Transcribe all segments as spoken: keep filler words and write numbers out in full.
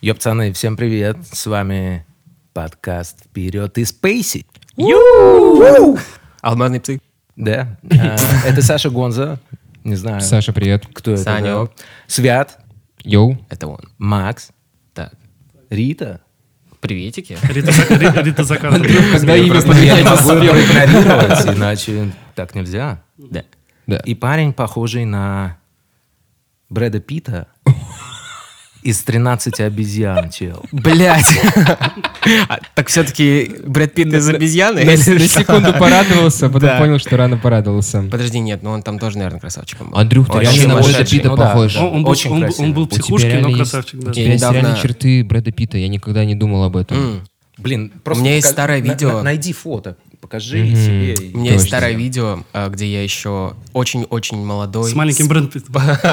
Йо, пацаны, всем привет. С вами подкаст «Вперед из Спейси». Алмазные псы. Да. А, это Саша Гонза. Не знаю. Саша, привет. Кто это? Саня. Да? Свят. Йоу. Это он. Макс. Так. Рита. Приветики. Рита, Рита, Рита Закатова. Когда имя Я не могу его игнорировать, иначе так нельзя. Да. Да. И парень, похожий на Брэда Питта из тринадцати обезьян, чел. Блять. Так все-таки Брэд Питт из обезьяны? На, на секунду порадовался, потом Да. понял, что рано порадовался. Подожди, нет, ну он там тоже, наверное, красавчиком был. Андрюх, ты Очень реально на Брэда сумасшедший. Питта Ну да, похож. да. Он, он был, Очень он, был- красиво. он был У тебя психушкой, реально но есть- красавчик. Да. У тебя есть недавно- реально черты Брэда Питта, я никогда не думал об этом. М. Блин, просто меня есть пока- старое на- видео. на- найди фото, покажи Мгм. себе. и- У меня есть Точно. старое видео, а, где я еще очень-очень молодой. С маленьким Брэд Питтом.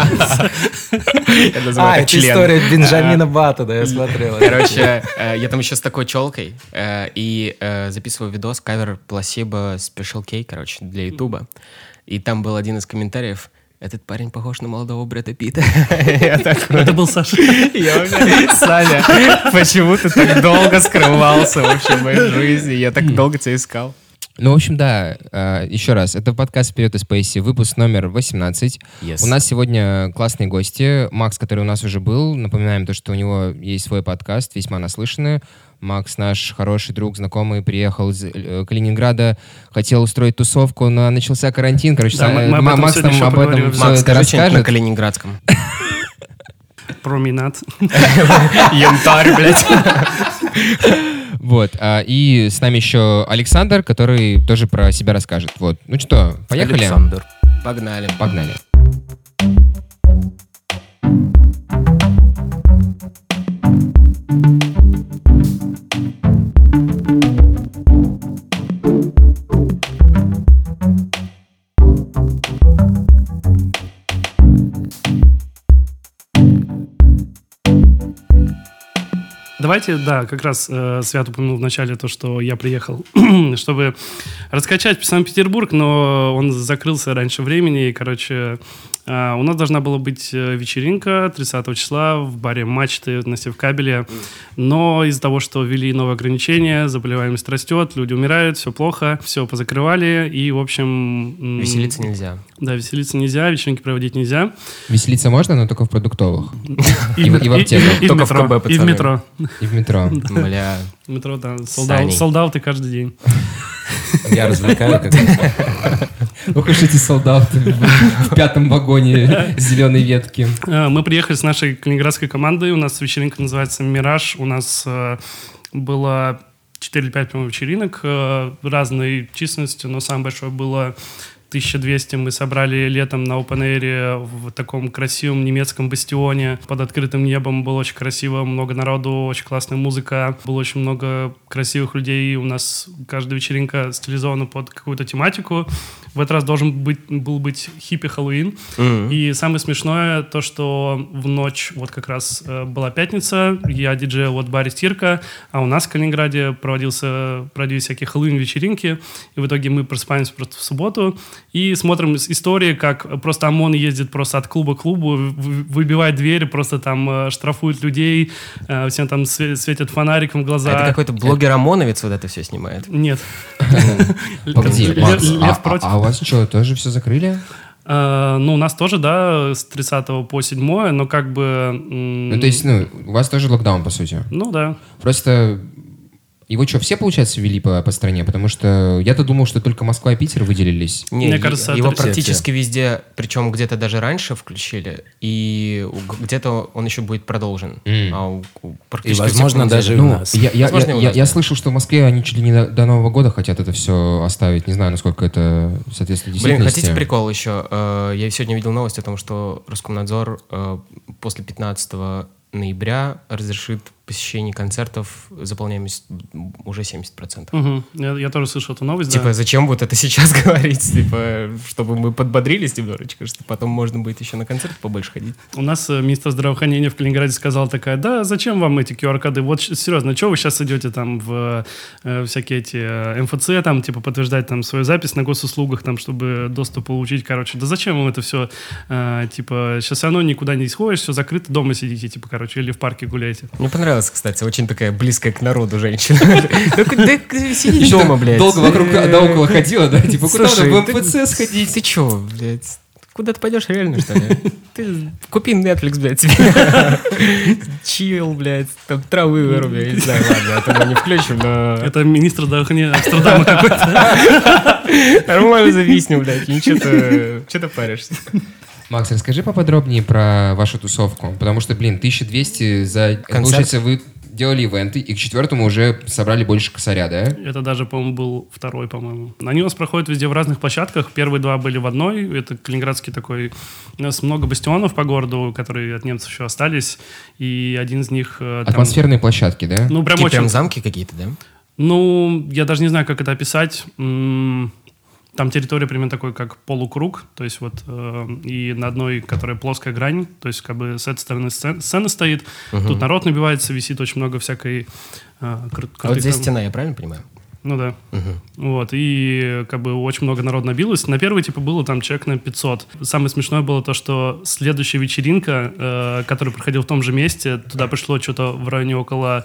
Я называю А, это это член. история Бенджамина Баттона, я смотрел. Короче, э, я там еще с такой челкой э, и э, записываю видос, кавер Placebo Special K, короче, для Ютуба. И там был один из комментариев: этот парень похож на молодого Брэда Питта. Я такой, Это был Саша. я вообще, Саня, почему ты так долго скрывался вообще в моей жизни? Я так долго тебя искал. Ну, в общем, да, э, еще раз, это подкаст «Вперед из Спейси», выпуск номер восемнадцать. Yes. У нас сегодня классные гости. Макс, который у нас уже был, напоминаем то, что у него есть свой подкаст, весьма наслышанный. Макс, наш хороший друг, знакомый, приехал из э, Калининграда, хотел устроить тусовку, но начался карантин. Короче, Да, Са- мы- мы об этом Макс сегодня нам еще об поговорим. этом все Макс, это скажи что-нибудь на расскажет. калининградском. Променад. Янтарь, блядь. Вот, а, и с нами еще Александр, который тоже про себя расскажет. Вот, ну что, поехали? Александр. Погнали. Погнали. Давайте, да, как раз э, Свят упомянул в начале то, что я приехал, чтобы раскачать Санкт-Петербург, но он закрылся раньше времени. И, короче, э, у нас должна была быть э, вечеринка тридцатого числа в баре «Мачты» на Севкабеле. Но из-за того, что ввели новые ограничения, заболеваемость растет, люди умирают, все плохо, все позакрывали. И, в общем... м, Веселиться нельзя. Да, веселиться нельзя, вечеринки проводить нельзя. Веселиться можно, но только в продуктовых. И, И в- в- и в аптеках. и в Только в метро. КБ, И в пацаны. метро. И в метро. Бля. В метро, да. Саней. Солдаты каждый день. Я развлекаю как Ох уж эти солдаты в пятом вагоне зеленой ветки. Э, Мы приехали с нашей калининградской командой. У нас вечеринка называется «Мираж». У нас э, было четыре или пять, по-моему, вечеринок э, разной численностью, но самое большое было тысяча двести. Мы собрали летом на Open Air в таком красивом немецком бастионе под открытым небом. Было очень красиво, много народу, очень классная музыка. Было очень много красивых людей. У нас каждая вечеринка стилизована под какую-то тематику. В этот раз должен быть, был быть хиппи-Хэллоуин. И самое смешное то, что в ночь, вот как раз э, была пятница, я диджейл вот в баре «Стирка», а у нас в Калининграде проводился, проводились всякие Хэллоуин-вечеринки, и в итоге мы просыпаемся просто в субботу и смотрим с- истории, как просто ОМОН ездит просто от клуба к клубу, вы- выбивает двери, просто там э, штрафует людей, э, всем там све- светят фонариком в глаза. Это какой-то блогер-ОМОНовец вот это все снимает. Нет. Погоди, Лев- Макс, Лев а- против. а у вас что, тоже все закрыли? Э, Ну, у нас тоже, да, с тридцатого по седьмое, но как бы... м, Ну, то есть, ну, у вас тоже локдаун, по сути. Ну, да. Просто его что, все, получается, ввели по, по стране? Потому что я-то думал, что только Москва и Питер выделились. Не, Мне е- кажется, его это- практически везде, причем где-то даже раньше включили, и у- где-то он еще будет продолжен. М. А у- у- И, практически возможно, всех даже и понедельник. у Ну, нас. я, я, Возможно, я, и у я- нас, я да. слышал, что в Москве они чуть ли не до, до Нового года хотят это все оставить. Не знаю, насколько это соответствует Блин, действительности. хотите прикол еще? Э, Я сегодня видел новость о том, что Роскомнадзор э, после пятнадцатого ноября разрешит посещений концертов заполняемость уже семьдесят процентов. Угу. Я, я тоже слышал эту новость, Типа, да. зачем вот это сейчас говорить? Типа, чтобы мы подбодрились немножечко, что потом можно будет еще на концерт побольше ходить. У нас э, министр здравоохранения в Калининграде сказала такая: да, зачем вам эти ку ар-коды? Вот щ- серьезно, что вы сейчас идете там в э, всякие эти э, эм эф цэ, там, типа, подтверждать там свою запись на госуслугах, там, чтобы доступ получить, короче. Да зачем вам это все? Э, типа, сейчас все равно никуда не сходишь, все закрыто, дома сидите, типа, короче, или в парке гуляете. Мне понравилось, кстати, очень такая близкая к народу женщина. Да сиди дома, блядь. Долго вокруг да около ходила, да? Типа, куда Слушай, в ты- эм эф цэ сходить? Ты чё, блядь? Куда ты пойдешь реально, что ли? Ты купи Netflix, блядь, себе. Чил, блядь, там травы выруби, я не знаю, ладно, я тогда не включим, но... Это министр здравоохранения Амстердама какой-то. Нормально зависнем, блядь, ничего ты... Чё ты паришься? Макс, расскажи поподробнее про вашу тусовку, потому что, блин, тысяча двести за... Концерт? Получается, вы делали ивенты, и к четвертому уже собрали больше косаря, да? Это даже, по-моему, был второй, по-моему. Они у нас проходят везде в разных площадках. Первые два были в одной. Это калининградский такой... У нас много бастионов по городу, которые от немцев еще остались. И один из них... э, там- Атмосферные площадки, да? Ну, прям Такие очень... прям замки какие-то, да? Ну, я даже не знаю, как это описать. М, Там территория примерно такой, как полукруг. То есть вот... э, и на одной, которая плоская грань. То есть как бы с этой стороны сцен- сцена стоит. Тут народ набивается, висит очень много всякой... э, кру- А вот крутых здесь там- стена, я правильно понимаю? Ну да. Вот, и как бы очень много народ набилось. На первый, типа, было там человек на пятьсот. Самое смешное было то, что следующая вечеринка, э, которая проходила в том же месте, туда пришло что-то в районе около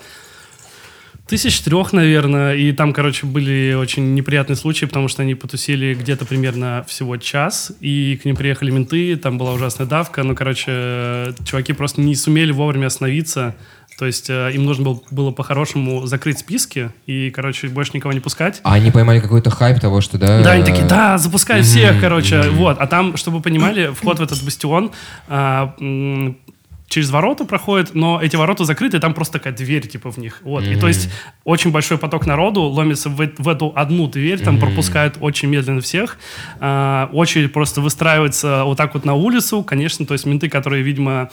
тысяч трех, наверное, и там, короче, были очень неприятные случаи, потому что они потусили где-то примерно всего час, и к ним приехали менты, там была ужасная давка, ну, короче, э, чуваки просто не сумели вовремя остановиться. То есть э, им нужно было, было по-хорошему закрыть списки и, короче, больше никого не пускать. А они поймали какой-то хайп того, что, да... Да, они такие, да, запускай всех, короче, вот. А там, чтобы вы понимали, вход в этот бастион а, м, через ворота проходит, но эти ворота закрыты, и там просто такая дверь, типа, в них. Вот. И то есть очень большой поток народу ломится в, э- в эту одну дверь, там пропускают очень медленно всех. А, очередь просто выстраивается вот так вот на улицу. Конечно, то есть менты, которые, видимо,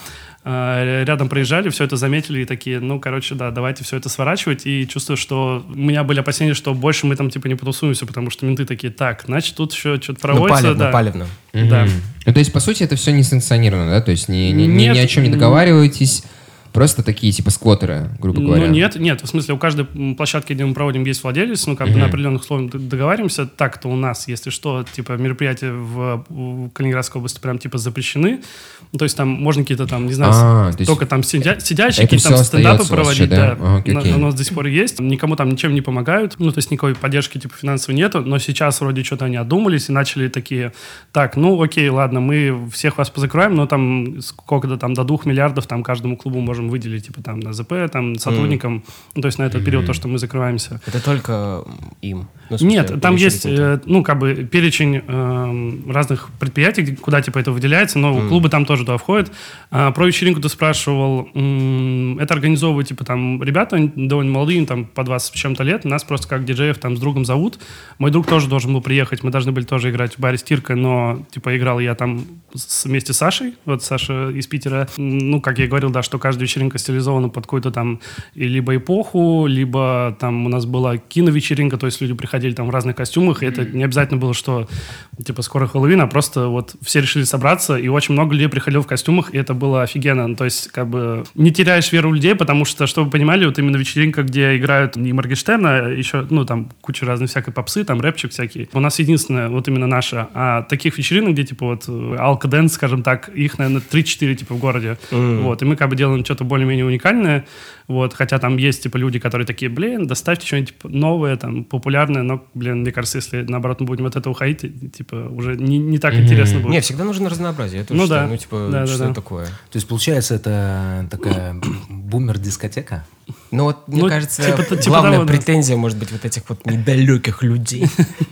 а, рядом проезжали, все это заметили и такие, ну, короче, да, давайте все это сворачивать. И чувствую, что у меня были опасения, что больше мы там, типа, не потусуемся, потому что менты такие, так, значит, тут еще что-то проводится. Ну, палевно, да. палевно. Мгм. Да. Ну, то есть, по сути, это все не санкционировано, да? То есть ни, ни, ни- Нет. ни о чем не договариваетесь, просто такие, типа, сквотеры, грубо говоря. Ну, нет, нет, в смысле, у каждой м, площадки, где мы проводим, есть владелец, ну, как бы на определенных условиях д- договариваемся. Так-то у нас, если что, типа, мероприятия в, в Калининградской области прям, типа, запрещены. Ну, то есть там можно какие-то там, не знаю, А, с- то есть только там сидя- сидящие, это какие-то там всё стендапы остаётся у вас проводить, ещё, да? да. А, окей, На- окей. У нас до сих пор есть. Никому там ничем не помогают. Ну, то есть никакой поддержки, типа, финансовой нету. Но сейчас вроде что-то они одумались и начали такие, так, ну, окей, ладно, мы всех вас позакроем, но там сколько-то там до двух миллиардов там каждому клубу можем выделить, типа, там, на зэ пэ, там, сотрудникам. Ну, то есть на этот период, то, что мы закрываемся. Это только им? Ну, в смысле, Нет, там или есть, ещё каким-то? э, ну, как бы перечень эм, разных предприятий, где- куда, типа, это выделяется, но клубы там тоже туда входят. А, про вечеринку ты спрашивал. М, это организовывают, типа, там, ребята они довольно молодые, им там по двадцать с чем-то лет. Нас просто как диджеев там с другом зовут. Мой друг тоже должен был приехать. Мы должны были тоже играть в баре «Стирка», но, типа, играл я там с- вместе с Сашей. Вот Саша из Питера. М, Ну, как я и говорил, да, что каждая вечеринка стилизована под какую-то там и либо эпоху, либо там у нас была киновечеринка, то есть люди приходили там в разных костюмах, и это не обязательно было, что типа скоро Хэллоуин, а просто вот все решили собраться, и очень много людей приходило в костюмах, и это было офигенно. Ну, то есть как бы не теряешь веру в людей, потому что, чтобы вы понимали, вот именно вечеринка, где играют не Моргенштерна, а еще, ну, там куча разной всякой попсы, там рэпчик всякий. У нас единственная вот именно наша. А таких вечеринок, где типа вот алко-дэнс, скажем так, их, наверное, три-четыре типа в городе. Вот, и мы как бы делаем что-то более-менее уникальное. Вот, хотя там есть, типа, люди, которые такие, блин, доставьте что-нибудь типа, новое, там, популярное, но, блин, мне кажется, если, наоборот, мы будем от этого уходить, типа, уже не, не так интересно будет. Не, всегда нужно разнообразие. Это Ну что? да. Ну, типа, Да, да, что да. это такое? То есть, получается, это такая бумер-дискотека? Ну, вот, мне Ну, кажется, типа- типа главная того, да. претензия, может быть, вот этих вот недалеких людей.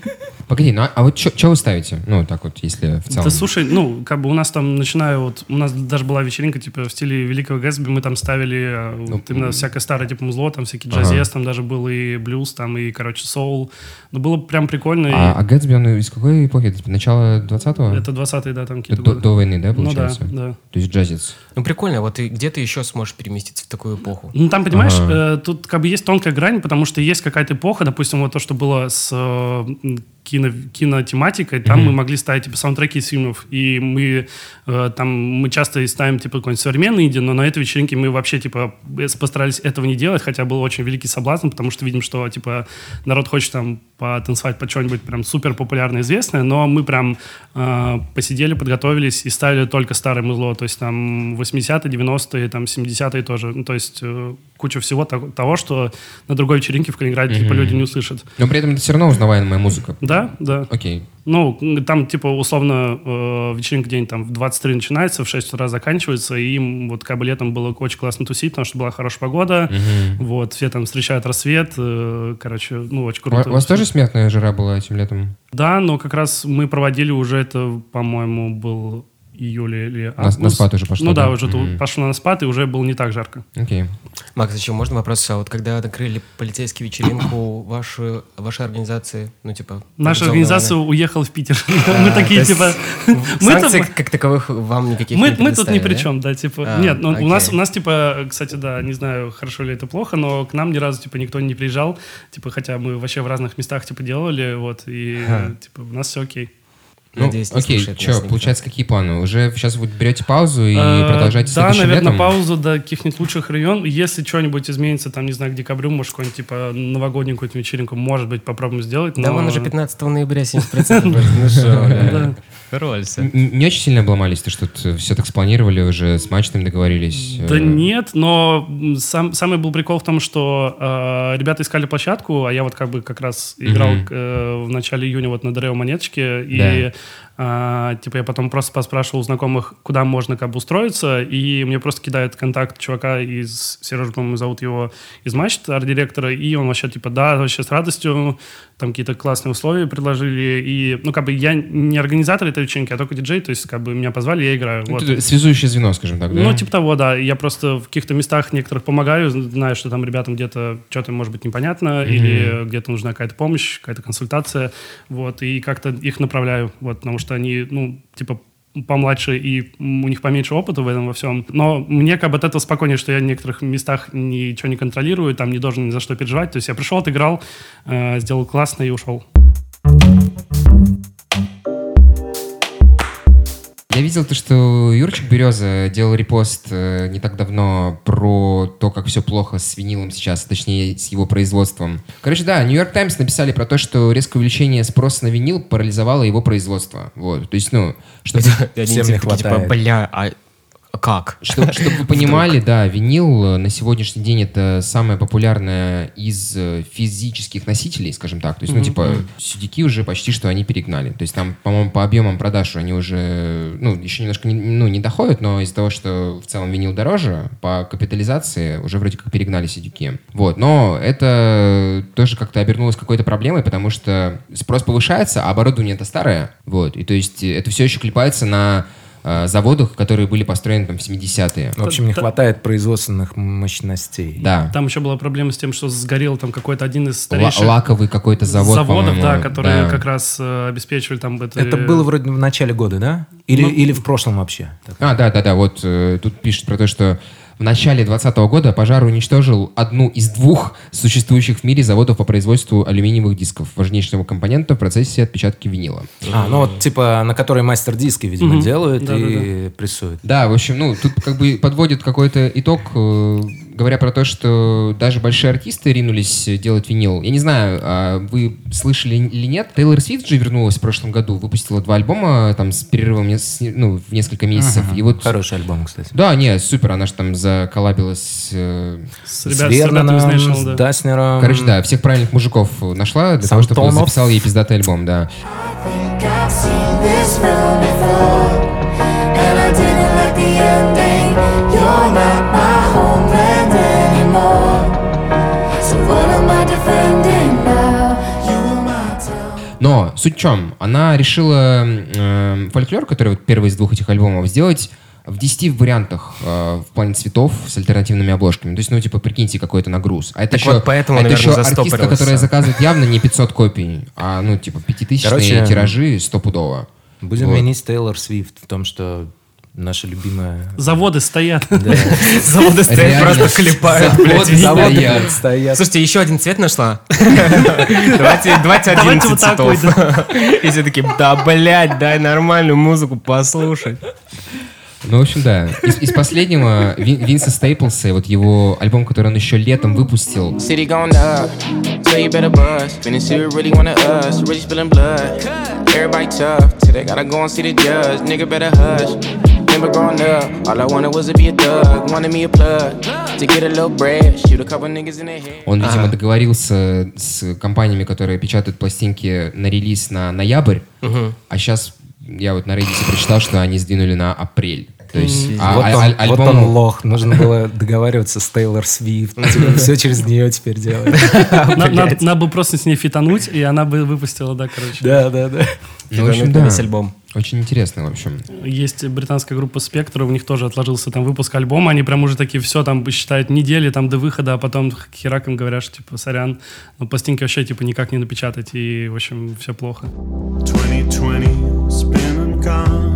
Погоди, ну а, а вот что вы ставите? Ну, так вот, если в целом. Да слушай, ну, как бы у нас там, начиная вот, у нас даже была вечеринка, типа, в стиле Великого Гэтсби, мы там ставили ну, вот, именно всякое старое, типа, музло, там всякий джазес, ага. там даже был и блюз, там и, короче, соул. Ну, было прям прикольно. А, и... а Гэтсби, он из какой эпохи? Начало двадцатого? Это двадцатые, да, там какие-то до, до войны, да, получается? Ну, да, да. То есть джазец. Ну, прикольно, вот и где ты еще сможешь переместиться в такую эпоху? Ну, там, понимаешь, ага. э, тут как бы есть тонкая грань, потому что есть какая-то эпоха, допустим, вот то, что было с э, кино, кинотематикой, там mm-hmm. мы могли ставить, типа, саундтреки из фильмов, и мы э, там, мы часто ставим, типа, какой-нибудь современный инди, но на этой вечеринке мы вообще, типа, постарались этого не делать, хотя был очень великий соблазн, потому что видим, что, типа, народ хочет там потанцевать под что-нибудь прям супер популярное, известное, но мы прям э, посидели, подготовились и ставили только старое музло, то есть там восьмидесятые, девяностые, там семидесятые тоже, ну, то есть э, куча всего того, того, что на другой вечеринке в Калининграде, mm-hmm. типа, люди не услышат. Но при этом это все равно узнаваемая музыка. Да, да. Окей. Ну, там, типа, условно, э, вечеринка день там в двадцать три начинается, в шесть утра заканчивается, и им вот как бы летом было очень классно тусить, потому что была хорошая погода, mm-hmm. вот, все там встречают рассвет, э, короче, ну, очень круто. У вас тоже смертная жара была этим летом? Да, но как раз мы проводили уже это, по-моему, был июль или август. На, на спад уже пошло? Ну да, да? уже mm-hmm. пошло на спад, и уже было не так жарко. Окей. Okay. Макс, еще можно вопрос? А вот когда накрыли полицейские вечеринку вашу, вашей организации, ну типа... Наша организация уехала в Питер. Мы такие, типа... Санкций как таковых вам никаких не Мы тут ни при чем, да, типа... Нет, у нас, у нас, типа, кстати, да, не знаю, хорошо ли это плохо, но к нам ни разу, типа, никто не приезжал, типа, хотя мы вообще в разных местах, типа, делали, вот, и, типа, у нас все окей. Ну, Надеюсь, окей, что, получается, какие планы? Уже сейчас вы берете паузу и а, продолжаете да, следующим наверное, летом? паузу до каких-нибудь лучших районов. Если что-нибудь изменится, там, не знаю, к декабрю, может, какую-нибудь, типа, новогоднюю какую-нибудь вечеринку, может быть, попробуем сделать. Да, но... вон уже пятнадцатого ноября семьдесят процентов. Ну что, Рольсы. Не очень сильно обломались, то что все так спланировали, уже с мачтами договорились? Да нет, но сам, самый был прикол в том, что э, ребята искали площадку, а я вот как бы как раз играл mm-hmm. э, в начале июня вот на Дрео Монеточке, и э, типа я потом просто поспрашивал у знакомых, куда можно как бы устроиться, и мне просто кидают контакт чувака из, Сережа, по-моему, зовут его, из Мачт, арт-директора, и он вообще типа, да, вообще с радостью, там какие-то классные условия предложили, и, ну, как бы я не организатор этой вечеринки, а только диджей, то есть, как бы меня позвали, я играю. Ну, вот. Связующее звено, скажем так, да? Ну, типа того, да. Я просто в каких-то местах некоторых помогаю, знаю, что там ребятам где-то что-то может быть непонятно, mm-hmm. или где-то нужна какая-то помощь, какая-то консультация, вот, и как-то их направляю, вот, потому что они, ну, типа, помладше, и у них поменьше опыта в этом во всем. Но мне как бы от этого спокойнее, что я в некоторых местах ничего не контролирую, там не должен ни за что переживать. То есть я пришел, отыграл, э, сделал классно и ушел. Я видел то, что Юрчик Береза делал репост э, не так давно про то, как все плохо с винилом сейчас, точнее, с его производством. Короче, да, Нью-Йорк Таймс написали про то, что резкое увеличение спроса на винил парализовало его производство. Вот, то есть, ну... Чтобы... Всем не хватает. Бля, а как? Чтобы, чтобы вы понимали, да, винил на сегодняшний день это самая популярная из физических носителей, скажем так. То есть, mm-hmm. ну, типа, си ди ки уже почти что они перегнали. То есть там, по-моему, по объемам продаж они уже, ну, еще немножко не, ну, не доходят, но из-за того, что в целом винил дороже, по капитализации уже вроде как перегнали си ди ки. Вот, но это тоже как-то обернулось какой-то проблемой, потому что спрос повышается, а оборудование это старое. Вот, и то есть это все еще клепается на заводах, которые были построены там в семидесятые. В общем, не хватает производственных мощностей. Да. Там еще была проблема с тем, что сгорел там какой-то один из старейших... Л- лаковый какой-то завод, заводов, по-моему. да, которые да. как раз э, обеспечивали там... Это, это было вроде в начале года, да? Или, ну, или в прошлом вообще? А, да-да-да, вот э, тут пишет про то, что в начале двадцатого года пожар уничтожил одну из двух существующих в мире заводов по производству алюминиевых дисков, важнейшего компонента в процессе отпечатки винила. А, ну вот типа на которой мастер-диски, видимо, Мгм. делают Да, и прессуют. Да, в общем, ну, тут как бы подводит какой-то итог, э, говоря про то, что даже большие артисты ринулись делать винил. Я не знаю, а вы слышали или нет, Тейлор Свифт же вернулась в прошлом году, выпустила два альбома там с перерывом нес- ну, в несколько месяцев. Ага. И вот... Хороший альбом, кстати. Да, не, супер, она же там заколлабилась... Э... С, С ребят, с Верноном, ребятами из National, с да. Даснером. Короче, да, всех правильных мужиков нашла для того, чтобы он Сантонов. записал ей пиздатый альбом, да. Но суть в чем? Она решила э, фольклор, который вот первый из двух этих альбомов, сделать в десяти вариантах э, в плане цветов с альтернативными обложками. То есть, ну, типа, прикиньте, какой-то нагруз. А это Так еще, вот поэтому, это наверное, еще артистка, застопорился. которая заказывает явно не пятьсот копий, а, ну, типа, пятитысячные Короче, тиражи стопудово. Будем Вот. винить Тейлор Свифт в том, что наша любимая... Заводы стоят. Да. Заводы стоят, Реально. просто клепают, блядь. Заводы везде. Заводы стоят. стоят. Слушайте, еще один цвет нашла. Давайте давайте одиннадцать вот так цветов. И все такие, да, блядь, дай нормальную музыку послушать. Ну, в общем, да. Из, из последнего Вин- Винса Стейплса, вот его альбом, который он еще летом выпустил, City going up, so you better buzz. Finna see who really wanna us, really spilling blood. Everybody tough, till they gotta go and see the judge. Nigga better hush. Remember growing up, all I wanted was to be a thug. Wanted me a plug, to get a little bread. Shoot a couple niggas in their head. он, видимо, договорился с компаниями, которые печатают пластинки на релиз на ноябрь, а сейчас я вот на Reddit прочитал, что они сдвинули на апрель. То есть а- вот, а- он, аль- вот альбом- он лох. Нужно было договариваться с Тейлор Свифт. Все через нее теперь делать. На- Надо надо бы просто с ней фитануть, и она бы выпустила, да, короче. Да, да, да. Ну, в общем, на да. весь альбом. Очень интересно, в общем. Есть британская группа Spectre, у них тоже отложился там выпуск альбома, они прям уже такие, все, там считают недели там до выхода, а потом хераком говорят, что типа, сорян, но пластинки вообще типа никак не напечатать, и, в общем, все плохо. twenty twenty, it's been and gone.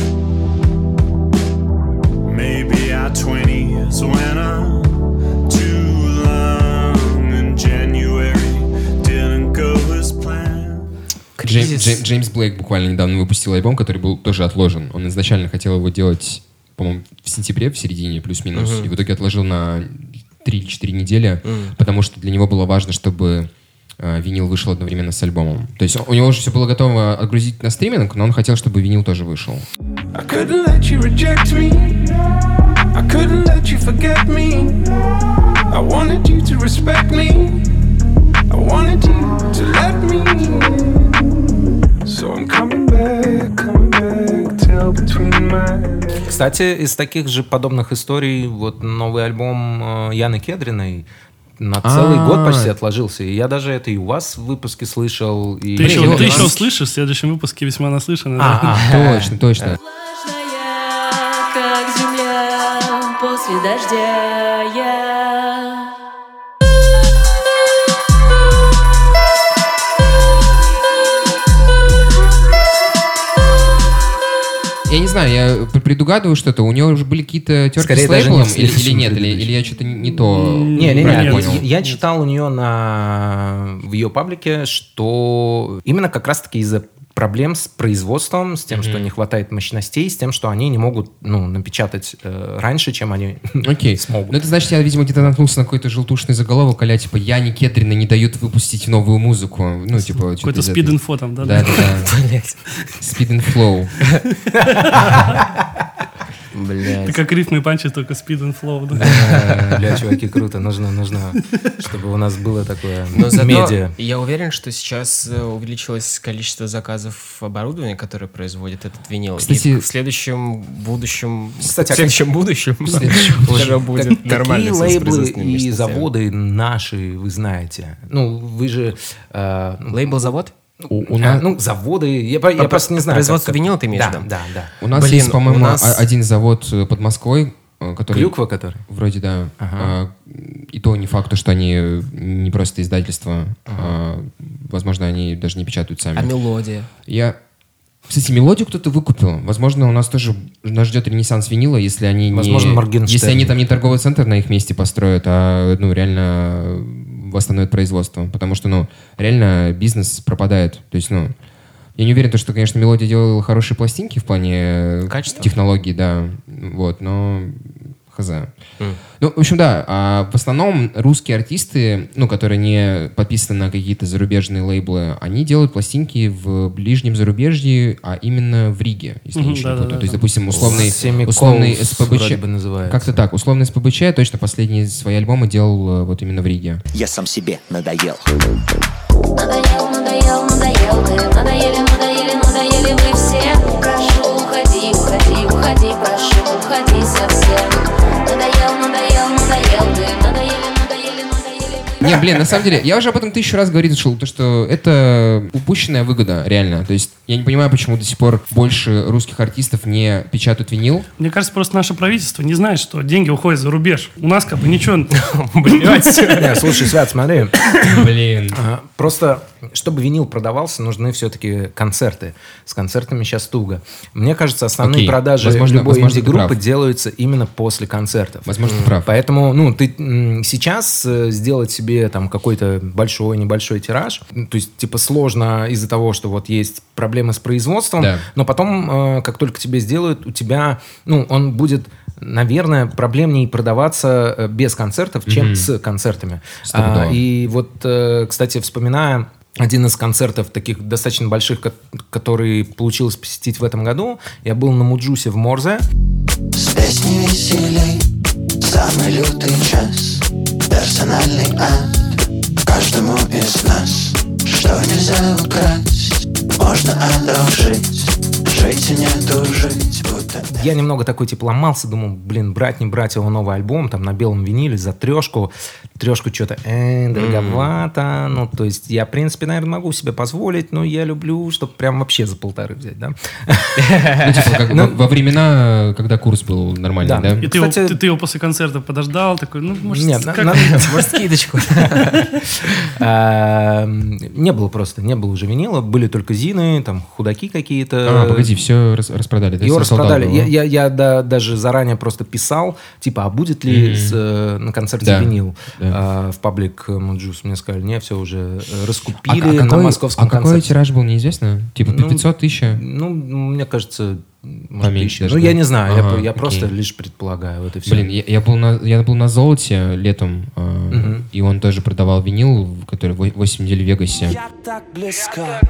Maybe our twenties when I'm too long in January didn't go as planned. Джейм- Кризис. Джейм- Джеймс Блейк буквально недавно выпустил альбом, который был тоже отложен. Он изначально хотел его делать, по-моему, в сентябре, в середине, плюс-минус, и в итоге отложил на три или четыре недели, потому что для него было важно, чтобы э, винил вышел одновременно с альбомом. То есть у него уже все было готово отгрузить на стриминг, но он хотел, чтобы винил тоже вышел. I couldn't let you reject me. I couldn't let you forget me. I wanted you to respect me. I wanted you to let me. So I'm coming back, coming back, tail between my... Кстати, из таких же подобных историй, вот новый альбом э, Яны Кедриной на целый А-а-а. год почти отложился. И я даже это и у вас в выпуске слышал. И... Ты, еще, Блин, ты ну, еще ну, услышишь в следующем выпуске весьма наслышанно. А, да? а, Точно, точно. Влажная, как земля после дождя я. Я не знаю, я п- предугадываю что-то. У него уже были какие-то терки Скорее с даже не лейблом в или, или следующем нет? Или, предыдущем. или я что-то не, не то Не, не, правильно не, понял? я, я читал у нее на в ее паблике, что именно как раз-таки из-за проблем с производством, с тем, что не хватает мощностей, с тем, что они не могут ну, напечатать э, раньше, чем они Окей. смогут. Ну, это значит, я, видимо, где-то наткнулся на какой-то желтушный заголовок, а типа Яне Кедрина не дают выпустить новую музыку. Ну, типа... Какой-то что-то из спид-инфо там, да? этой- Да-да-да. Speed and flow. Блядь. Это как рифмы и панчи, только speed and flow. Да? Э, Бля, чуваки, круто. Нужно, нужно, чтобы у нас было такое Но зато медиа. я уверен, что сейчас э, увеличилось количество заказов оборудования, которое производит этот винил. Кстати- И в следующем будущем, Кстати, а в следующем будущем следующем уже будет Как- нормально. Какие всё с лейблы производственными и мощностями. заводы наши вы знаете? Ну, вы же... э, ну, Лейбл-завод? У, у а, нас, ну, заводы, я, по- я По- просто не знаю. производство как- винила ты имеешь в да, виду? Да, да. у нас Блин, есть, по-моему, у нас- о- один завод э, под Москвой, э, который... Клюква, который? Вроде да. Ага. А, и то не факт, что они не просто издательство. А, возможно, они даже не печатают сами. А мелодия? Я... Кстати, мелодию кто-то выкупил. Возможно, у нас тоже нас ждет ренессанс винила, если они Возможно, не... Моргенштерн. Если они там не торговый центр на их месте построят, а ну, реально восстановят производство. Потому что, ну, реально бизнес пропадает. То есть, ну... Я не уверен, что, конечно, мелодия делала хорошие пластинки в плане Качества? технологий, да. Вот, но... Хз. Ну, в общем, да. А в основном русские артисты, ну, которые не подписаны на какие-то зарубежные лейблы, они делают пластинки в ближнем зарубежье, а именно в Риге, если Мгм, я ничего не да-да-да, путаю. То есть, да. допустим, условный, Семиколс условный СПБЧ... вроде бы называется. Как-то так. Условный СПБЧ точно последние свои альбомы делал э, вот именно в Риге. Я сам себе надоел. Надоел, надоел, надоел ты. Надоели, надоели, надоели вы все. Прошу, уходи, уходи, уходи, прошу, уходи совсем. Надоел, надоел, надоел ты. Надоели, надоели, надоели вы. Не, блин, на самом деле, я уже об этом тысячу раз говорил, то, что это упущенная выгода, реально. То есть я не понимаю, почему до сих пор больше русских артистов не печатают винил. Мне кажется, просто наше правительство не знает, что деньги уходят за рубеж. У нас как бы ничего... Не, слушай, Свят, смотри. Блин. А, Просто, чтобы винил продавался, нужны все-таки концерты. С концертами сейчас туго. Мне кажется, основные Окей. продажи Возможно- любой возможно, ты инди-группы прав. делаются именно после концертов. Возможно, ты прав. Поэтому, ну, ты м, сейчас э, сделать себе там какой-то большой, небольшой тираж, ну, то есть, типа, сложно из-за того, что вот есть проблемы с производством, Да. но потом, э, как только тебе сделают, у тебя, ну, он будет, наверное, проблемнее продаваться э, без концертов, чем Мгм. с концертами. Стопудово. А, и вот, э, кстати, вспоминая один из концертов таких достаточно больших, ко- который получилось посетить в этом году, я был на Муджусе в Морзе. Здесь не веселей, самый лютый час, персональный ад каждому из нас. Что нельзя украсть, можно одолжить, жить и не тужить, будто... Я немного такой, типа, ломался, думал, блин, брать, не брать его новый альбом, там, на белом виниле за трешку. Трешку что-то, э, дороговато. Ну, то есть, я, в принципе, наверное, могу себе позволить, но я люблю, чтобы прям вообще за полторы взять, да? Ну, типа, как во, во времена, когда курс был нормальный, Да. да? И ты, его, Кстати- ты, ты его после концерта подождал, такой, ну, может, Нет, на- как... на- Может, скидочку? А, Не было просто, не было уже винила, были только зины, там, худаки какие-то. А, погоди, все распродали, да? Его Со- солдат распродали. был, Я, да? я, я да- даже заранее просто писал, типа, а будет ли Мгм. с, э, на концерте Да, винил да. а, в паблик Муджус? Мне сказали, не, все уже э, А, раскупили а на какой, московском а какой концерте. тираж был, неизвестно? Типа Ну, пятьсот тысяч? Ну, мне кажется, может, Поменьше тысяча. даже, Ну, да? я не знаю, я, Ага, я окей. просто лишь предполагаю. Вот и все. Блин, я, я был на, я был на золоте летом, э, Мгм. и он тоже продавал винил, который во- восемь недель в Вегасе. Я так близко.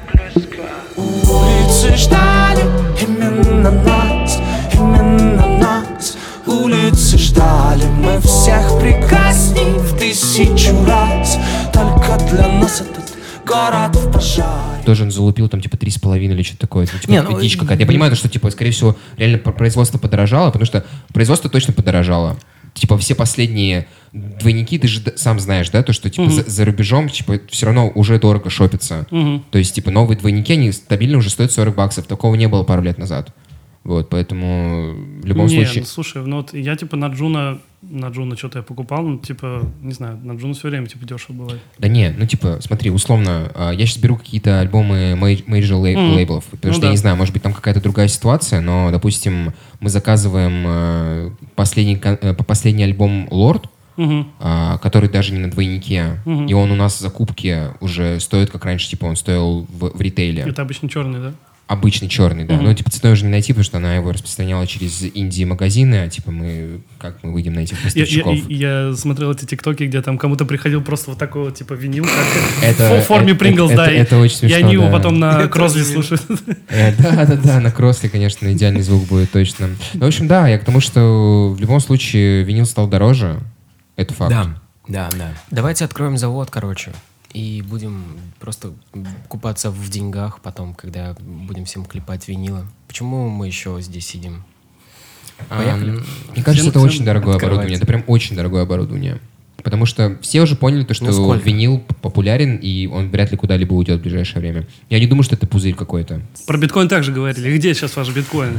Улицы ждали именно нас, именно нас. Улицы ждали, мы всех прекрасней в тысячу раз. Только для нас этот город в пожаре. Тоже он залупил там типа три с половиной или что-то такое. Ну, типа, Не, ну, дичь какая-то. Я понимаю, что типа, скорее всего, реально про- производство подорожало, потому что производство точно подорожало. Типа все последние двойники, ты же д- сам знаешь, да, то, что типа Мгм. за, за рубежом типа все равно уже дорого шопится. Мгм. То есть типа новые двойники, они стабильно уже стоят сорок баксов. Такого не было пару лет назад. Вот, поэтому в любом не, случае... ну, слушай, ну вот я типа на Джуна, на Джуна что-то я покупал, ну типа, не знаю, на Джуна все время типа дешево бывает. Да не, ну типа, смотри, условно, а, я сейчас беру какие-то альбомы мей- мейджор лей- Мгм. лейблов, потому Ну что да. я не знаю, может быть, там какая-то другая ситуация, но, допустим, мы заказываем э, последний, кон- э, по- последний альбом Lord, Мгм. а, который даже не на двойнике, Мгм. и он у нас в закупке уже стоит, как раньше, типа, он стоил в, в ритейле. Это обычно черный, да? Обычный черный, да. Мгм. Ну, типа, ценой уже не найти, потому что она его распространяла через инди-магазины, а, типа, мы... Как мы выйдем на этих Я, я- поставщиков? я смотрел эти тиктоки, где там кому-то приходил просто вот такой вот типа винил, как Это- в форме это- Принглс, это- да, и- это очень и смешно, они его да. потом на Крозли слушают. Э, Да-да-да, на кросле, конечно, идеальный звук будет точно. Ну, в общем, да, я к тому, что в любом случае винил стал дороже. Это факт. Да, да, да. Давайте откроем завод, короче, и будем просто купаться в деньгах потом, когда будем всем клепать винилы. Почему мы еще здесь сидим? Поехали. Ам, Мне кажется, Всем- это всем очень дорогое открывайте. оборудование. Это прям очень дорогое оборудование. Потому что все уже поняли, то, что Ну, сколько? винил п- популярен, и он вряд ли куда-либо уйдет в ближайшее время. Я не думаю, что это пузырь какой-то. Про биткоин также говорили. Где сейчас ваш биткоин?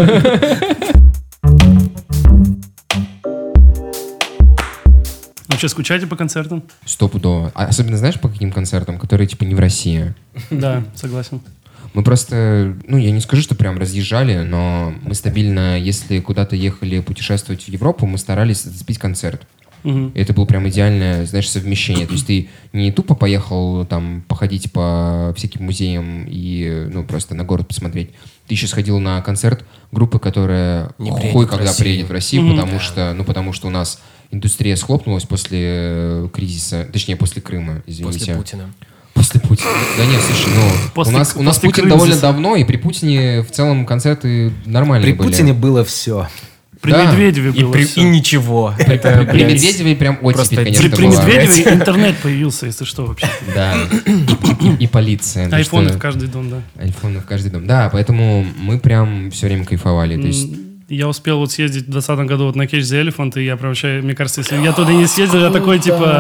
Ну что, скучаете по концертам? Стопудово. А особенно, знаешь, по каким концертам, которые, типа, не в России? Да, согласен. Мы просто, ну, я не скажу, что прям разъезжали, но мы стабильно, если куда-то ехали путешествовать в Европу, мы старались зацепить концерт. Мгм. И это было прям идеальное, знаешь, совмещение. То есть ты не тупо поехал там походить по всяким музеям и, ну, просто на город посмотреть. Ты еще сходил на концерт группы, которая Не хуй приедет в когда Россию. приедет в Россию, Мгм. потому что, ну, потому что у нас индустрия схлопнулась после э, кризиса, точнее, после Крыма, извините. После Путина. После Путина. Да нет, слушай, ну, После- у нас, у нас после Путин кризиса. довольно давно, и при Путине в целом концерты нормальные При были. Путине было все. При Да. Медведеве И, было при- всё. и ничего. При, Это, при блядь, Медведеве прям просто оттепель, При, конечно, при была. Медведеве интернет появился, если что, вообще. Да. И, и- и полиция. то, Айфоны что- в каждый дом, да. Айфоны в каждый дом. Да, поэтому мы прям все время кайфовали. То есть, М, Я успел вот съездить в двадцатом году вот на Catch the Elephant, и я прям вообще, мне кажется, если я туда не съездил, я такой, типа,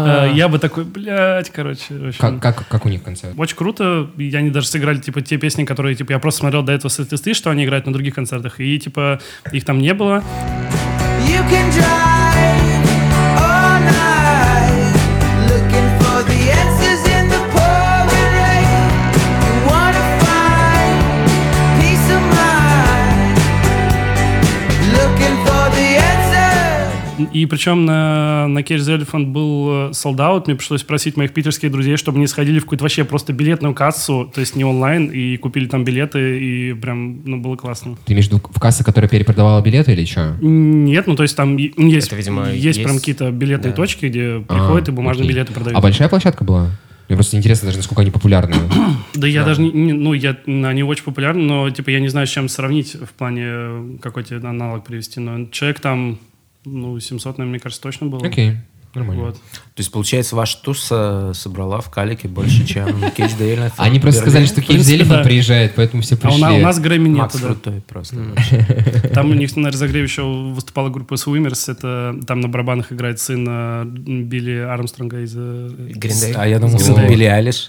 А. Э, Я бы такой, блядь, короче. в общем. Как, как, как у них концерт? Очень круто. И они даже сыграли, типа, те песни, которые, типа, я просто смотрел до этого статисты, что они играют на других концертах. И, типа, их там не было. You can drive all night, looking for the answers in the pouring rain. You wanna find peace of mind, looking for the answers. И причем на, на Cage the Elephant был sold out. Мне пришлось просить моих питерских друзей, чтобы они сходили в какую-то вообще просто билетную кассу, то есть не онлайн, и купили там билеты, и прям, ну, было классно. Ты имеешь в виду в кассе, которая перепродавала билеты или что? Нет, ну, то есть там и- ну, есть, Это, видимо, есть, есть. прям какие-то билетные Да. точки, где приходят и бумажные окей. билеты продают. А большая площадка была? Мне просто интересно даже, насколько они популярны. Да я даже не, не- ну, я, они очень популярны, но, типа, я не знаю, с чем сравнить в плане какой тебе аналог привести, но человек там, ну, семьсот, наверное, мне кажется, точно было. Окей, нормально. Вот. То есть, получается, ваш туз э, собрала в Калике больше, чем Cage the Elephant. Они просто в сказали, Берлине. что В принципе, Кейдж Элефант да. приезжает, поэтому все А у, пришли. на- у нас Грэмми нет, Макс да. крутой просто. Там у них на разогреве еще выступала группа Swimmers. Это там на барабанах играет сын э, Билли Армстронга из... э, Green Day. А я думал, Green Day. Билли Айлиш.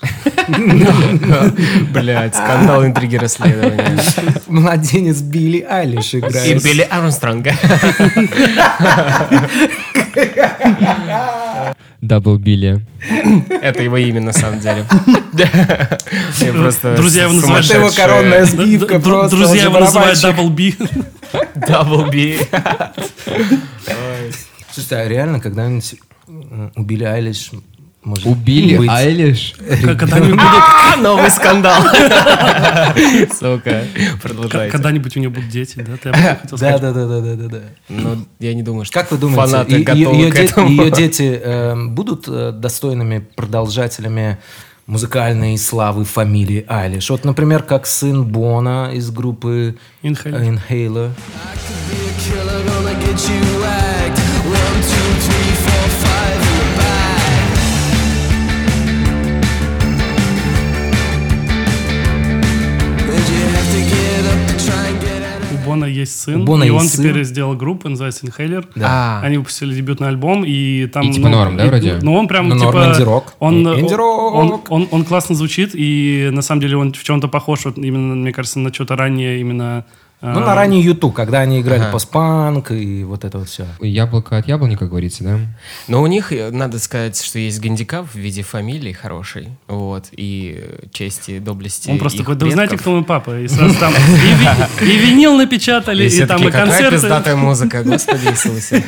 Блядь, скандал, интриги, расследования. Младенец Билли Айлиш И играет. Билли Армстронга. Дабл Билли. Это его имя на самом деле. Я просто Друзья его называют- Это его коронная сбивка Д- д- просто. Друзья он же его называют барабанщик. Double B. Double B. Слушайте, а реально когда-нибудь м, у Билли Айлиш может Убили быть- Айлиш. Когда-нибудь будет- А, новый скандал. Сука, продолжайте. когда-нибудь у него будут дети, да? Ты об этом хотел Да, сказать? да, да, да, да, да, да. Ну, я не думаю, что Как вы думаете, фанаты и- и- готовы ее, к де- этому. ее дети э, будут э, достойными продолжателями музыкальной славы фамилии Айлиш? Вот, например, как сын Бона из группы Inhaler. э, Inhaler. У Бона есть сын, У Бона и есть он сын. теперь сделал группу, называется Inhaler. А, Они выпустили дебютный альбом, и там... И типа норм, да, вроде? Ну, он прям, Ну, типа... норм, инди-рок. Он, И- инди-рок. он, он, он классно звучит, и на самом деле он в чем-то похож, вот именно, мне кажется, на что-то раннее именно... Ну, а, на ранний Ютуб, когда они играли Ага. постпанк и вот это вот все. Яблоко от яблони, как говорится, да? но у них, э, надо сказать, что есть гандикап в виде фамилии хорошей, вот, и э, чести, доблести Он просто их такой, да вы знаете, предков. кто мой папа? И сразу там и, ви- и винил напечатали, И и, все там таки, и какая концерты. пиздатая музыка, Господи Иисусе.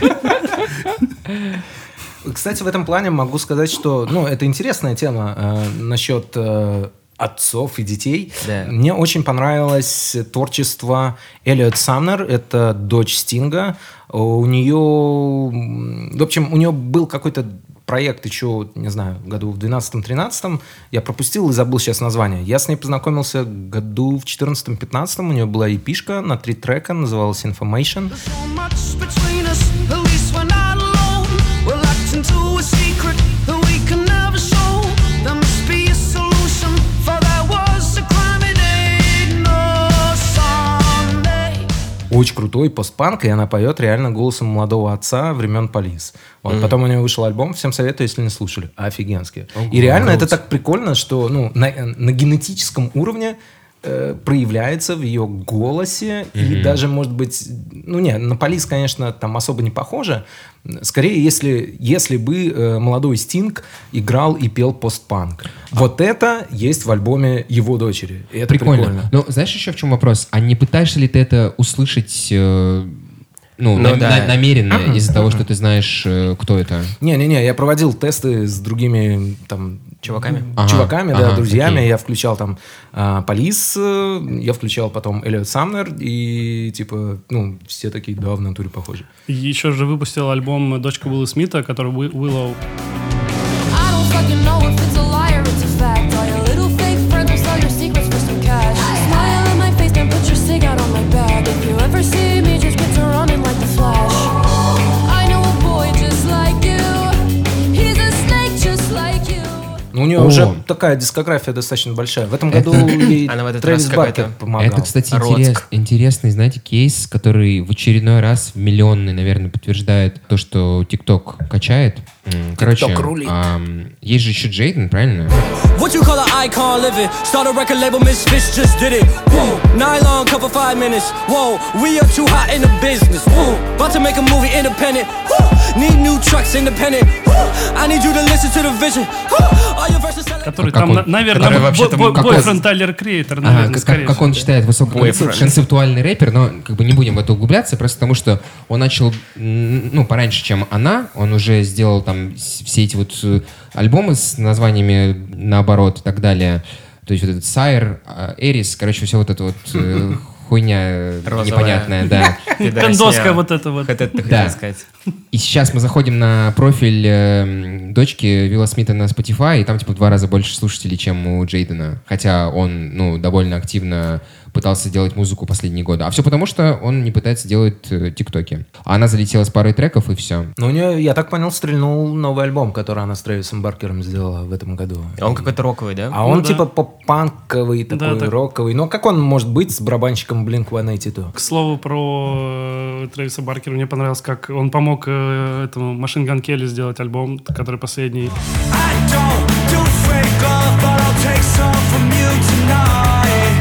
Кстати, в этом плане могу сказать, что, ну, это интересная тема э, насчет э, отцов и детей. Да. Мне очень понравилось творчество Эллиот Самнер, это дочь Стинга. У нее, м, в общем, у нее был какой-то проект еще, не знаю, году в двенадцатом-тринадцатом. Я пропустил и забыл сейчас название. Я с ней познакомился году в четырнадцатом-пятнадцатом. У нее была эпишка на три трека, называлась Information. So much between us, at least we're not alone. We're locked into a secret that we can never show. There must be a solution, for there was a crime it ain't no Sunday. Очень крутой постпанк, и она поет реально голосом молодого отца времен Полис. Вот. Потом у нее вышел альбом, всем советую, если не слушали. Офигенский. И реально это так прикольно, что ну, на, на генетическом уровне э, проявляется в ее голосе, и даже, может быть, ну не, на Полис, конечно, там особо не похоже. Скорее, если, если бы э, молодой Стинг играл и пел постпанк. Вот это есть в альбоме его дочери. И это Прикольно. прикольно. Но знаешь еще в чем вопрос? А не пытаешься ли ты это услышать э, ну, Ну на- да. на- намеренно из-за того, что ты знаешь, э, кто это? Не-не-не, я проводил тесты с другими там Чуваками? Ага, чуваками, да, ага, друзьями. окей. Я включал там а, Полис, э, я включал потом Эллиот Самнер, и типа, ну, все такие, да, в натуре похожи. И еще же выпустил альбом дочка Уилла Смита, который Уи- Willow. I don't fucking know if it's a lie or it's a fact. All your little fake friends will sell your secrets for some cash. Smile in my face, then put your cig out on my back. If you ever see me, just get to running like the Flash. I know a boy just like you. He's a snake just like you. Ну, у нее О. уже такая дискография достаточно большая. В этом году ей Она в этот Трэвис раз какой-то- Баркер помогал. Это, кстати, Роцк. интерес- интересный, знаете, кейс, который в очередной раз, в миллионный, наверное, подтверждает то, что ТикТок качает. М, Короче, TikTok рулит. ам, есть же еще Джейден, правильно? What you call an icon living? Start a record label, Misfits just did it. Whoa, nylon cover five minutes. Whoa, we are too hot in the business. Whoa, about to make a movie independent. Whoa, need new trucks independent. Whoa, I need you to listen to the vision. Whoa, all your verses sound like- Который А как там, он- на- наверное, который бо- вообще-то бо- как бойфренд он- Тайлер Креатор, А, наверное, как, скорее как всего. он считает высококонцептуальный рэпер, но как бы не будем в это углубляться, просто потому что он начал, м, ну, пораньше, чем она, он уже сделал там с- все эти вот э, альбомы с названиями наоборот и так далее. То есть вот этот Сайр, Эрис, короче, все вот это вот э, хуйня э, Розовая. непонятная, да. Пиндоска вот это вот. Это ты Да. хотел сказать. И сейчас мы заходим на профиль э, дочки Вилла Смита на Spotify, и там типа в два раза больше слушателей, чем у Джейдена. Хотя он, ну, довольно активно пытался делать музыку последние годы. А все потому, что он не пытается делать э, тиктоки. А она залетела с парой треков, и все. Но у нее, я так понял, стрельнул новый альбом, который она с Трэвисом Баркером сделала в этом году. Он какой-то роковый, да? А он Ну да. типа поп-панковый, такой Да, так. роковый. Но как он может быть с барабанщиком блинк сто восемьдесят два? К слову про э, Трэвиса Баркера, мне понравилось, как он помог э, этому Machine Gun Kelly сделать альбом, который последний. I don't do fake love, but I'll take some from you tonight.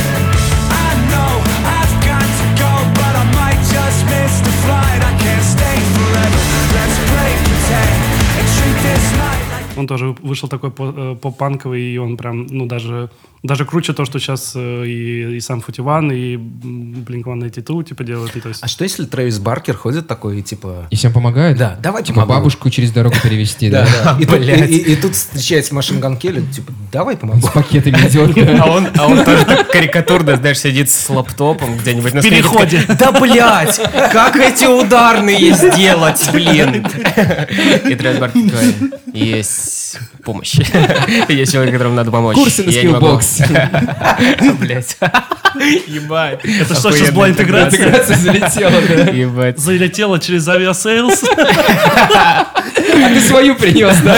I know I've got to go, but I might just miss the flight. I can't stay forever. Let's play pretend and treat this night like Он тоже вышел такой по- э, поп-панковый, и он прям, ну, даже, даже круче то, что сейчас э, и, и сам Фути Ван, и блинк сто восемьдесят два типа делают. Ну, то есть... А что если Трэвис Баркер ходит такой, типа... И всем помогает? Да, давайте Типа помогу. бабушку через дорогу перевести, да? И тут- и- и- и тут встречается Машин Ган Келли, типа, давай помогу. С пакетами идет. да. А он, а он тоже так карикатурно, знаешь, сидит с лаптопом где-нибудь на В переходе. скамейке. Да, блядь, как эти ударные сделать, блин. И Трэвис Баркер говорит, есть помощь. Есть человек, которому надо помочь. Курсы на Я не могу. Skillbox. Блядь. Ебать. Это что, сейчас была Охуенная интеграция? Интеграция залетела, да. Ебать. Залетела через авиасейлс. А ты свою принес, да?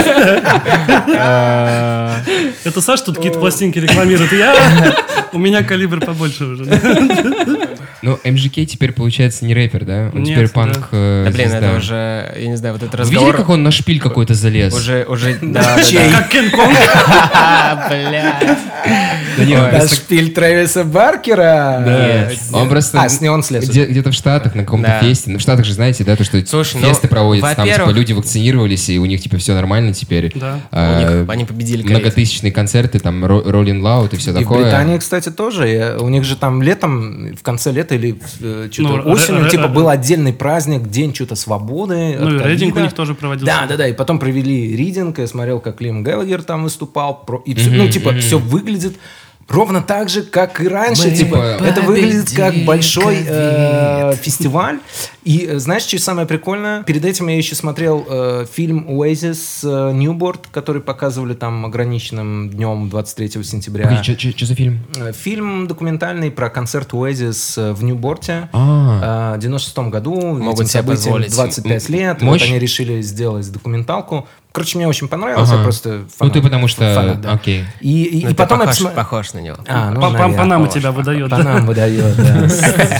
Это Саш тут какие-то пластинки рекламирует. Я... У меня калибр побольше уже. Ну, эм джи кей теперь, получается, не рэпер, да? Он Нет, теперь да. панк э, Да, блин, звезда. это уже, я не знаю, вот этот Вы видели, разговор... как он на шпиль какой-то залез? Уже, уже, да, да, Чей? Как Кен-Конг. да. Блядь. Да не, он Это просто- шпиль Трэвиса Баркера. Да. Нет. Он просто... А, с ней он слез. Где- где-то в Штатах, на каком-то Да. фесте. Ну, в Штатах же знаете, да, то, что Слушай, ну, фесты проводятся, там, типа, во-первых- люди вакцинировались, и у них, типа, все нормально теперь. Да. А, У них- они победили ковид. Многотысячные концерты, там, Ро- Rolling Loud и все И в такое. Британии, кстати, тоже. э, У них же там летом, в конце лета или э, что-то Ну, осенью, ре- типа, ре- был отдельный праздник, день что-то свободы. Ну, от и рейдинг у ковида. них тоже проводился. Да, да, да. И потом провели ридинг, я смотрел, как Лим Гэллагер там выступал. про- И всё, ну, типа, все выглядит ровно так же, как и раньше. Мы Типа, это выглядит как победили большой э, ковид. фестиваль. И э, знаешь, что самое прикольное? Перед этим я еще смотрел э, фильм Oasis э, Newport, который показывали там ограниченным днем двадцать третьего сентября. Погоди, что за фильм? Э, Фильм документальный про концерт Oasis э, в Ньюборте А, э, в девяносто шестом году. Могут Этим себе событиям позволить. двадцать пять лет. Мощь. Вот они решили сделать документалку. Короче, мне очень понравилось. Ага. Я просто ну фанат. ты потому что... Фанат, да. Окей. И, и- Ну, и ты потом я похож, посма- похож на него. А, ну, Пам- наверное. Панама похож. тебя выдает. По да. нам выдает, да.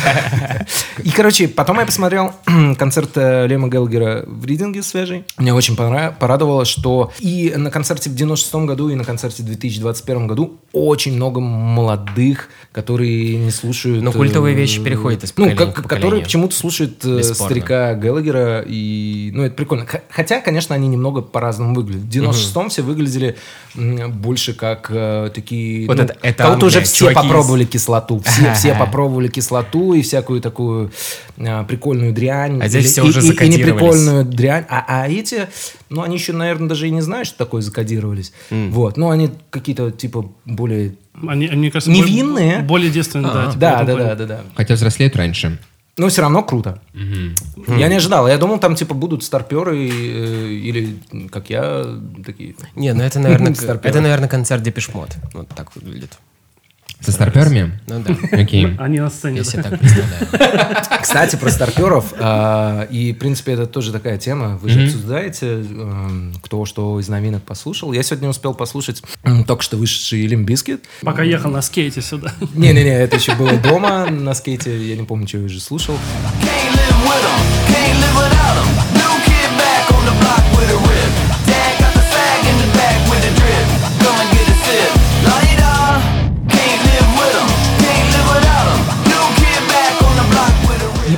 И, короче, потом я посмотрел концерт э, Лема Гэллагера в ридинге свежий. Мне очень понрав- порадовало, что и на концерте в девяносто шестом году, и на концерте в две тысячи двадцать первом году очень много молодых, которые не слушают... Ну, культовые э, вещи переходят из Ну, поколения как- в которые поколение. почему-то слушают э, Бесспорно. старика Гэллагера, и... Ну, это прикольно. Х- Хотя, конечно, они немного по-разному выглядят. В девяносто шестом все выглядели м, больше как э, такие... Вот ну, это- это как будто уже Англия, все чуваки из- попробовали кислоту. Все, все попробовали кислоту и всякую такую а, прикольную дрянь. А здесь Или- все и, уже и- и закодировались. неприкольную дрянь. А, а эти, ну, они еще, наверное, даже и не знают, что такое закодировались. Вот. Ну, они какие-то, типа, более... Они, они, мне кажется, Невинные. более- Более девственные, да. типа, Да, в этом да, плане. да, да, да. Хотя взрослеют раньше. Но все равно круто. Я не ожидал. Я думал, там, типа, будут старперы э, или, как я, такие... Не, ну это, наверное, Старперы. это, наверное, концерт Депеш Мод. Вот так выглядит. Со старперами? Ну да. Окей. Они на сцене. Если да. так представляю. Кстати, про старперов. а, И, в принципе, это тоже такая тема. Вы же обсуждаете, эм, кто что из новинок послушал. Я сегодня успел послушать м, только что вышедший Limp Bizkit. Пока ехал на скейте сюда. Не-не-не, это еще было дома на скейте. Я не помню, что я уже слушал. Can't live with 'em, can't live without 'em. New kid back on the block with a rip.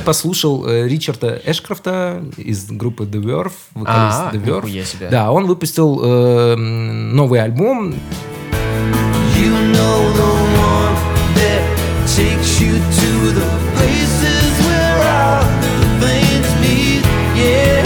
послушал э, Ричарда Эшкрофта из группы The Verve, вокалист А, The Verve. нихуя себе. Да, он выпустил э, новый альбом. You know the one that takes you to the places where all the things meet, yeah.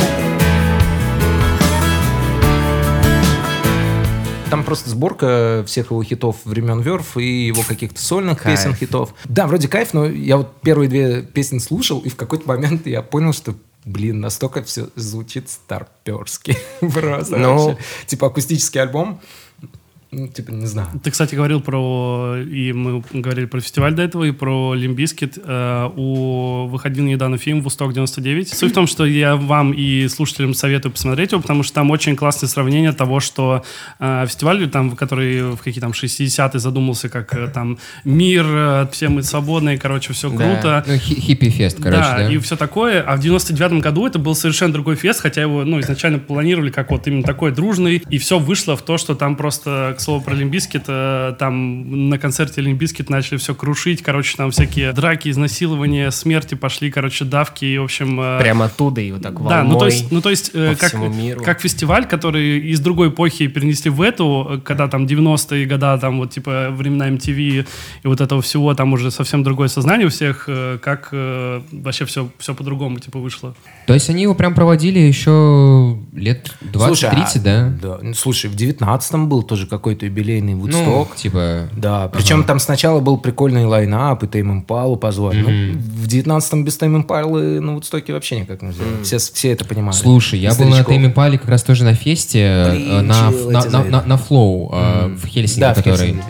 Там просто сборка всех его хитов времен Verve и его каких-то сольных Кайф. песен, хитов. Да, вроде кайф, но я вот первые две песни слушал, и в какой-то момент я понял, что, блин, настолько все звучит старперски. Просто Ну. вообще. Типа акустический альбом. Ну, типа, не знаю. Ты, кстати, говорил про... И мы говорили про фестиваль до этого, и про Limp Bizkit. Э, у... Выходил недавно фильм «Восток девяносто девять». Суть в том, что я вам и слушателям советую посмотреть его, потому что там очень классное сравнение того, что э, фестиваль, там, который в какие там шестидесятые задумался, как э, там мир, э, все мы свободные, короче, все Да. круто. Ну, хи- хиппи-фест, короче, да? Да, и все такое. А в девяносто девятом году это был совершенно другой фест, хотя его, ну, изначально планировали как вот именно такой дружный. И все вышло в то, что там просто, к слову, про Limp Bizkit, э, там на концерте Limp Bizkit начали все крушить. Короче, там всякие драки, изнасилования, смерти пошли, короче, давки. И, в общем... э, Прямо оттуда и вот так волной да, ну то есть, ну, то есть э, по как, всему миру. как фестиваль, который из другой эпохи перенесли в эту, э, когда там девяностые года, там вот типа времена эм ти ви и вот этого всего, там уже совсем другое сознание у всех, э, как э, вообще все, все по-другому типа вышло. То есть они его прям проводили еще лет двадцать-тридцать, Слушай, а- да? да? Ну, слушай, в девятнадцатом был тоже какой-то юбилейный Ну, Вудсток. типа... Да, причем там сначала был прикольный лайнап, и Тейм Импалу позвали. Ну, в девятнадцатом без Тейм Импалы на Вудстоке вообще никак нельзя. Все, все это понимают. Слушай, я Из был на старичков. Тейме Пали как раз тоже на фесте, э, Блин, на, чилайте на, за на, это. на, на Flow э, в Хельсинки, Да, в который... Хельсинки.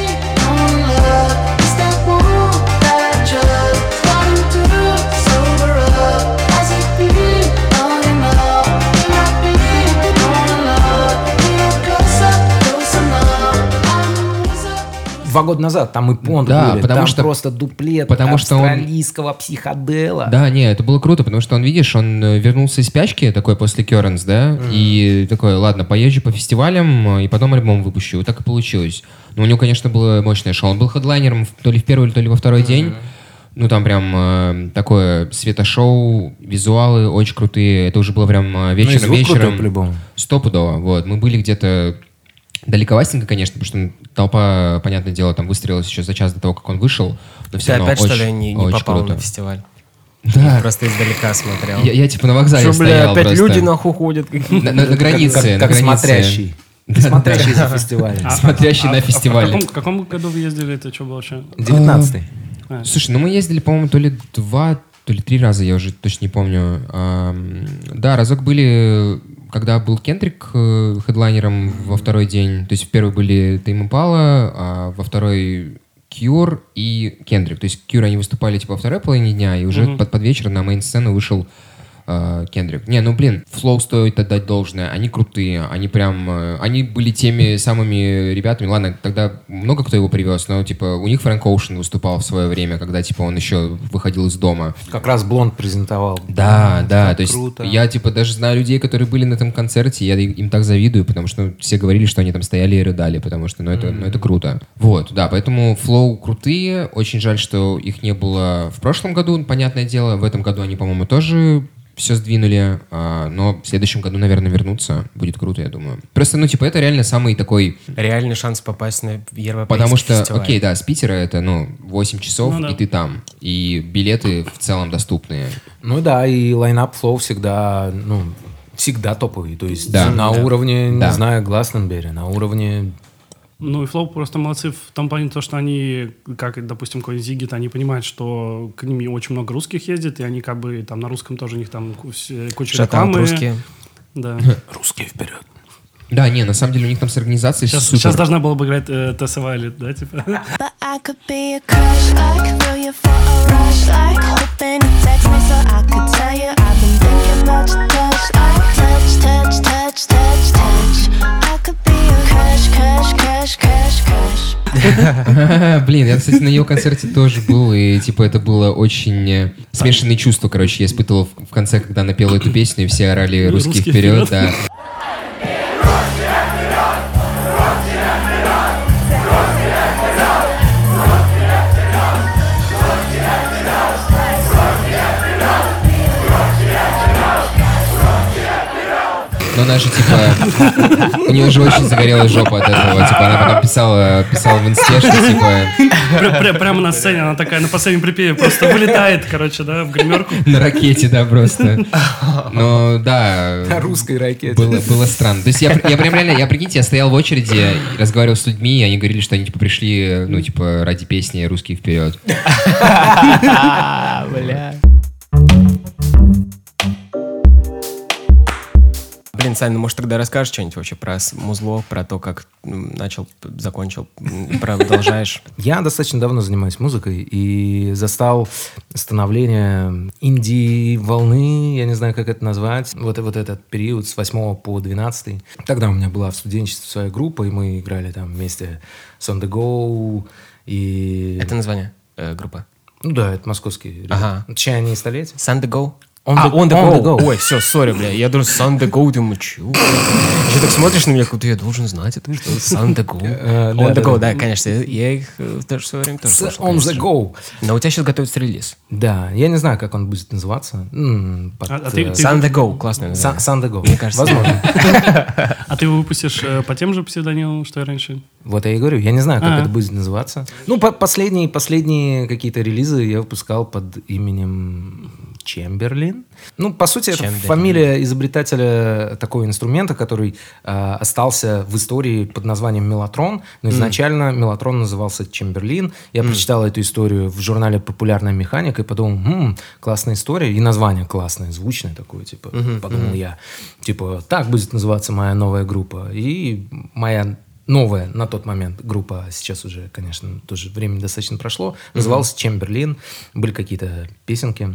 Два года назад там и Понт Да, были, потому там что- просто дуплет потому что он- австралийского психодела. Да, не, это было круто, потому что он, видишь, он э, вернулся из спячки, такой после Currents, да, и такой, ладно, поезжу по фестивалям, э, и потом альбом выпущу. Вот так и получилось. Но у него, конечно, было мощное шоу. Он был хедлайнером в- то ли в первый, то ли во второй день. Ну, там прям э, такое светошоу, визуалы очень крутые. Это уже было прям э, Ну, и вечером, звук крутой, вечером. по-любому. Стопудово, вот. Мы были где-то далековастенько, конечно, потому что толпа, понятное дело, там выстроилась еще за час до того, как он вышел. Но Ты все равно опять, очень, что ли, не, не очень попал круто. на фестиваль? Да. Просто издалека смотрел. Я, я типа на вокзале Что, бля, стоял опять просто. люди нахуй ходят? На, на- на границе, Как, на как границе. смотрящий. Смотрящий за фестивалем. А- Смотрящий а- на а фестивале. В каком, в каком году вы ездили? Это что было вообще? девятнадцатый. А, Слушай, ну мы ездили, по-моему, то ли два, то ли три раза, я уже точно не помню. Ам, да, разок были, когда был Кендрик э, хедлайнером во второй день. То есть в первый были Тейм Импала, а во второй Cure и Кендрик. То есть Cure они выступали типа во второй половине дня, и уже Мгм. под, под вечер на мейн-сцену вышел э, Кендрик. Не, ну блин, Flow стоит отдать должное. Они крутые, они прям... э, они были теми самыми ребятами. Ладно, тогда много кто его привез, но типа у них Фрэнк Оушен выступал в свое время, когда типа он еще выходил из дома. Как раз Блонд презентовал. Да, да, как то есть круто. я типа даже знаю людей, которые были на этом концерте, я им им так завидую, потому что ну, все говорили, что они там стояли и рыдали, потому что ну это, ну, это круто. Вот, да, поэтому Flow крутые, очень жаль, что их не было в прошлом году, понятное дело, в этом году они, по-моему, тоже все сдвинули, а, но в следующем году, наверное, вернутся, будет круто, я думаю. Просто, ну, типа, это реально самый такой... Реальный шанс попасть на европейский Потому что, фестиваль. окей, да, с Питера это, ну, восемь часов, Ну да. и ты там. И билеты в целом доступные. Ну да, и лайнап Flow всегда, ну, всегда топовый. То есть Да. на Да. уровне, Да. не знаю, Гластенберри, на уровне... Ну и Flow просто молодцы в том плане, то, что они, как, допустим, какой-нибудь Зиггит, они понимают, что к ним очень много русских ездит, и они как бы там на русском тоже у них там ку- все- куча Шатаут рекламы. русские. Да. Русские вперед. Да, не, на самом деле у них там с организацией Сейчас, супер. сейчас должна была бы играть э, Тесса Вайлет, да, типа? But I could be a crush, like throw you for a rush, like hoping you text me so I could tell you I've been thinking about your touch, like touch, touch, touch, touch, touch. I could be a crush, crush, crush, crush, crush. Блин, я, кстати, на ее концерте тоже был, и, типа, это было очень э, смешанные чувства, короче, я испытывал в, в конце, когда она пела эту песню, и все орали «Русские «Русские вперед», вперед». да. она же, типа, у нее же очень загорелась жопа от этого. Типа, она потом писала, писала в инсте, что, типа... Пря- пря- Прямо на сцене она такая на последнем припеве просто вылетает, короче, да, в гримерку. На ракете, да, просто. Но, да... На русской ракете. Было, было странно. То есть я, я прям реально, я, прикиньте, я стоял в очереди, разговаривал с людьми, и они говорили, что они, типа, пришли, ну, типа, ради песни «Русские вперед». Бля. Блин, Сань, ну может тогда расскажешь что-нибудь вообще про с- музло, про то, как м, начал, п- закончил, м, продолжаешь? Я достаточно давно занимаюсь музыкой и застал становление инди-волны, я не знаю, как это назвать, вот, вот этот период с восьмого по двенадцатый. Тогда у меня была в студенчестве своя группа, и мы играли там вместе с On The Go. И... Это название э, группы? Ну да, это московские ребята. Ага. Чаяние столетия. Sun the Go? On а, the- On the On Go. the Go. Ой, все, сори, бля. Я думаю, Sun the Go, думаю, чё? Еще так смотришь на меня, как будто я должен знать это, что Sun the Go. Э, On да, the да, Go, да. да, конечно. Я их э, тоже в свое время тоже С слушал, On конечно The же. Go. Но у тебя сейчас готовится релиз. Да, я не знаю, как он будет называться. М, под, А- а ты- э, ты- Sun the Go, классное Сан- название. Сан The Go. Мне кажется, Возможно. А ты его выпустишь э, по тем же псевдонимам, что и раньше? Вот я и говорю, я не знаю, как А. это будет называться. Ну, по- последние, последние какие-то релизы я выпускал под именем Чемберлин. Ну, по сути, это Чемберлин. фамилия изобретателя такого инструмента, который э, остался в истории под названием мелатрон. Но изначально мелатрон назывался Чемберлин. Я прочитал эту историю в журнале «Популярная механика» и подумал, «М, классная история». И название классное, звучное такое, типа, подумал я. Типа, так будет называться моя новая группа. И моя новая на тот момент группа, сейчас уже, конечно, тоже времени достаточно прошло, называлась «Чемберлин». Были какие-то песенки.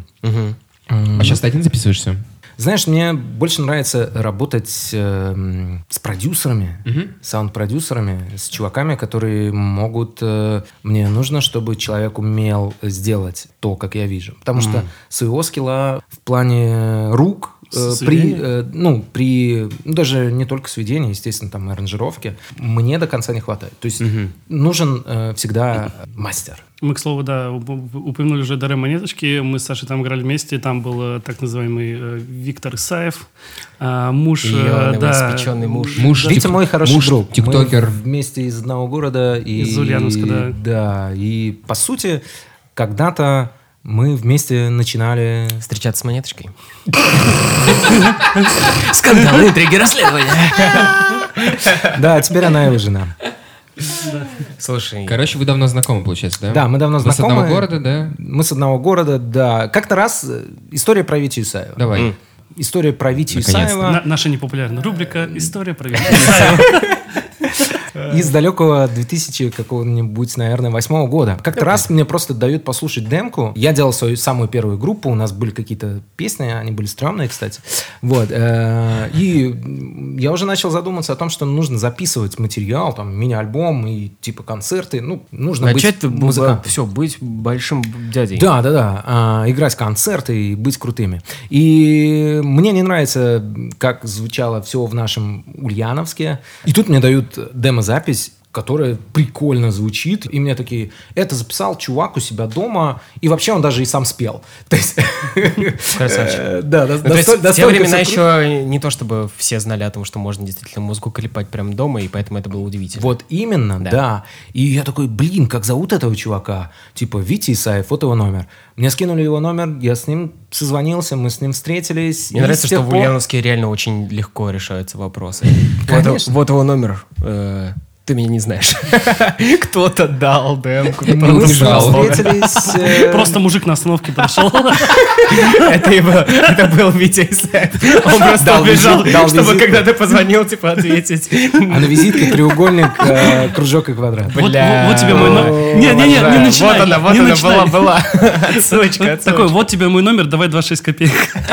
А сейчас ты один записываешься? Знаешь, мне больше нравится работать э, с продюсерами, саунд-продюсерами, с чуваками, которые могут... э, мне нужно, чтобы человек умел сделать то, как я вижу. Потому что своего скилла в плане рук... э, при, Сведения? э, ну, при... ну, даже не только сведении, естественно, там, и аранжировки, мне до конца не хватает. То есть нужен э, всегда мастер. Мы, к слову, да, уп- упомянули уже Даре Монеточки. Мы с Сашей там играли вместе. Там был э, так называемый э, Виктор Исаев, э, муж... Её э, да, новоиспечённый муж. Муж, Витя тик- мой хороший муж друг. тиктокер. Мы вместе из одного города. И, Из Ульяновска, да. Да, и по сути, когда-то мы вместе начинали... Встречаться с монеточкой. Скандалы, интриги, расследования. Да, теперь она его жена. Слушай, Короче, вы давно знакомы, получается, да? Да, мы давно Вы с знакомы. одного города, да? Мы с одного города, да. Как-то раз э, история про Витю Исаева. Давай. История про Витю Наконец-то. Исаева. на- наша непопулярная рубрика «История про Виктора Исаева». Из далекого две тысячи какого-нибудь, наверное, восьмого года. Как-то раз мне просто дают послушать демку. Я делал свою самую первую группу. У нас были какие-то песни, они были стрёмные, кстати. Вот. э, И я уже начал задумываться о том, что нужно записывать материал, там, мини-альбом и типа концерты. Ну, нужно быть начать музыкантом. все, быть большим дядей. Да, да, да. А, играть концерты и быть крутыми. И мне не нравится, как звучало все в нашем Ульяновске. И тут мне дают демо-запись, которая прикольно звучит. И мне такие, это записал чувак у себя дома. И вообще он даже и сам спел. То есть... Красавчик. э, Да, Ну, то есть досто- в те настолько времена всё круто. еще не то, чтобы все знали о том, что можно действительно музыку клепать прямо дома, и поэтому это было удивительно. Вот именно, Да. да. И я такой, блин, как зовут этого чувака? Типа, Витя Исаев, вот его номер. Мне скинули его номер, я с ним созвонился, мы с ним встретились. Мне и нравится, с тех что в пор- Ульяновске реально очень легко решаются вопросы. Конечно. Вот, вот его номер. э, ты меня не знаешь. Кто-то дал демку. Мы кто-то с ним взял. встретились... э, Просто мужик на остановке пришел. Это его- это был Витя Исаев. Он просто Дал убежал, визит- дал чтобы визит. когда ты позвонил, типа, ответить. А на визитке треугольник, э, кружок и квадрат. Вот Бля. вот тебе мой номер. Не-не-не, не Обожаю. начинай. Вот она, вот не она начинай. была, была. Отсылочка, Такой, вот тебе мой номер, давай двадцать шесть копеек.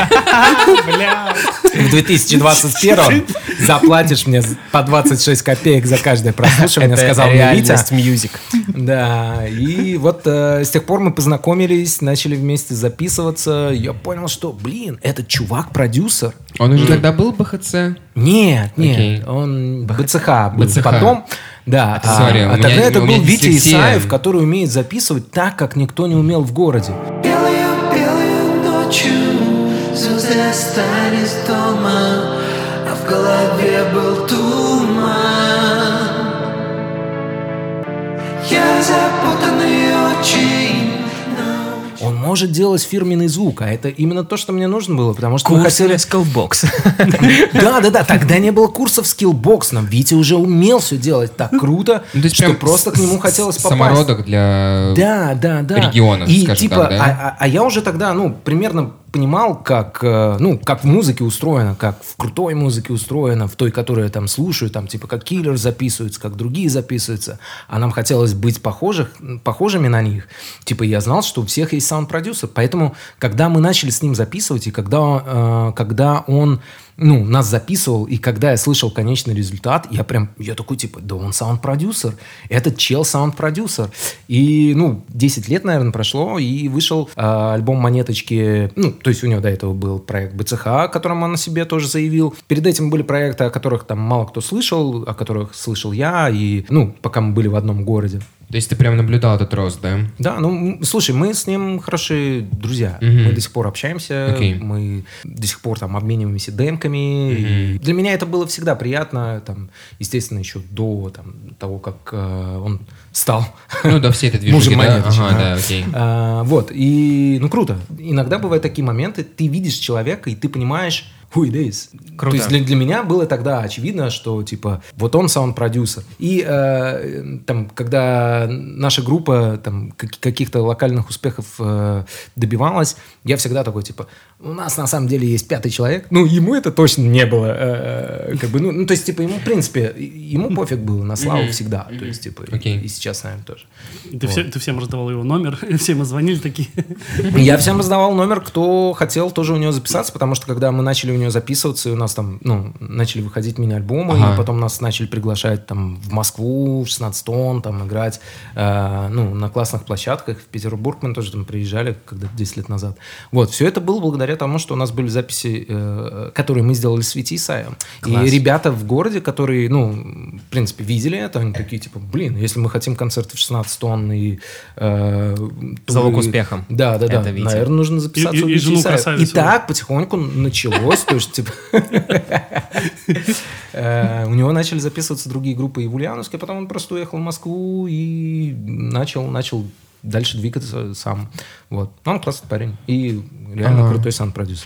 бля. В две тысячи двадцать первом заплатишь мне по двадцать шесть копеек за каждое прослушивание, Это сказал мне Витя. реальность мьюзик. Да, и вот э, с тех пор мы познакомились, начали вместе записываться. Я понял, что, блин, этот чувак-продюсер. Он уже тогда был бэ ха цэ? Нет, нет, Окей. он бэ цэ ха был бэ цэ ха. потом. Да, а, Sorry, а у меня- тогда это у меня был Витя дислексия. Исаев, который умеет записывать так, как никто не умел в городе. Белую, белую ночью звезды остались дома, а в голове был туман. Я запутанный очень. Он может делать фирменный звук, а это именно то, что мне нужно было, потому что мы хотели... Skillbox. Да-да-да, тогда не было курсов Skillbox, но Витя уже умел все делать так круто, Ну, то есть что прям просто к нему хотелось попасть. Самородок для Да, да, да. регионов, И скажем типа, так, да? а, а- а я уже тогда, ну, примерно понимал, как, э, ну, как в музыке устроено, как в крутой музыке устроено, в той, которую я там слушаю, там, типа, как Killers записываются, как другие записываются, а нам хотелось быть похожих, похожими на них. Типа, я знал, что у всех есть саунд-продюсер, поэтому, когда мы начали с ним записывать, и когда, э, когда он, ну, нас записывал, и когда я слышал конечный результат, я прям, я такой, типа, да он саунд-продюсер, этот чел саунд-продюсер. И, ну, десять лет, наверное, прошло, и вышел э, альбом «Монеточки», ну, то есть у него до этого был проект БЦХ, о котором он о себе тоже заявил. Перед этим были проекты, о которых там мало кто слышал, о которых слышал я, и, ну, пока мы были в одном городе. То есть ты прям наблюдал этот рост, да? Да, ну, м, слушай, мы с ним хорошие друзья. Мгм. Мы до сих пор общаемся, Окей. мы до сих пор там обмениваемся демками. И для меня это было всегда приятно, там, естественно, еще до там, того, как э, он стал Ну, до всей этой движухи, мужем да? Монеточки, Ага, да. да, окей. А, вот, и, ну, круто. Иногда бывают такие моменты, ты видишь человека, и ты понимаешь, who it is. Круто. То есть для, для меня было тогда очевидно, что, типа, вот он саунд-продюсер. И э, там, когда наша группа там как- каких-то локальных успехов э, добивалась, я всегда такой, типа, у нас на самом деле есть пятый человек. Ну, ему это точно не было. э, как бы, ну, ну, то есть, типа, ему, в принципе, ему пофиг было на славу всегда. То есть, типа, и- Окей. и сейчас, наверное, тоже. Ты, все- ты всем раздавал его номер, и все мы звонили такие. Я всем раздавал номер, кто хотел тоже у него записаться, потому что когда мы начали у него записываться, и у нас там, ну, начали выходить мини-альбомы, Ага. и потом нас начали приглашать там в Москву, в шестнадцать тонн, там играть, э, ну, на классных площадках. В Петербург мы тоже там приезжали, когда десять лет назад. Вот, все это было благодаря тому, что у нас были записи, э, которые мы сделали с Витей Исаевым. Класс. И ребята в городе, которые, ну, в принципе, видели это, они такие, типа, блин, если мы хотим концерты в шестнадцать тонн и... э, Залог туры- успеха. Да, да, да. Это Витя. Наверное, нужно записаться И- и- у и Вити жену Исаева. И красавицу. так потихоньку началось. То есть, типа, э, у него начали записываться другие группы и в Ульяновске, потом он просто уехал в Москву и начал, начал дальше двигаться сам. Вот. Он классный парень. И реально Ага. крутой саунд-продюсер.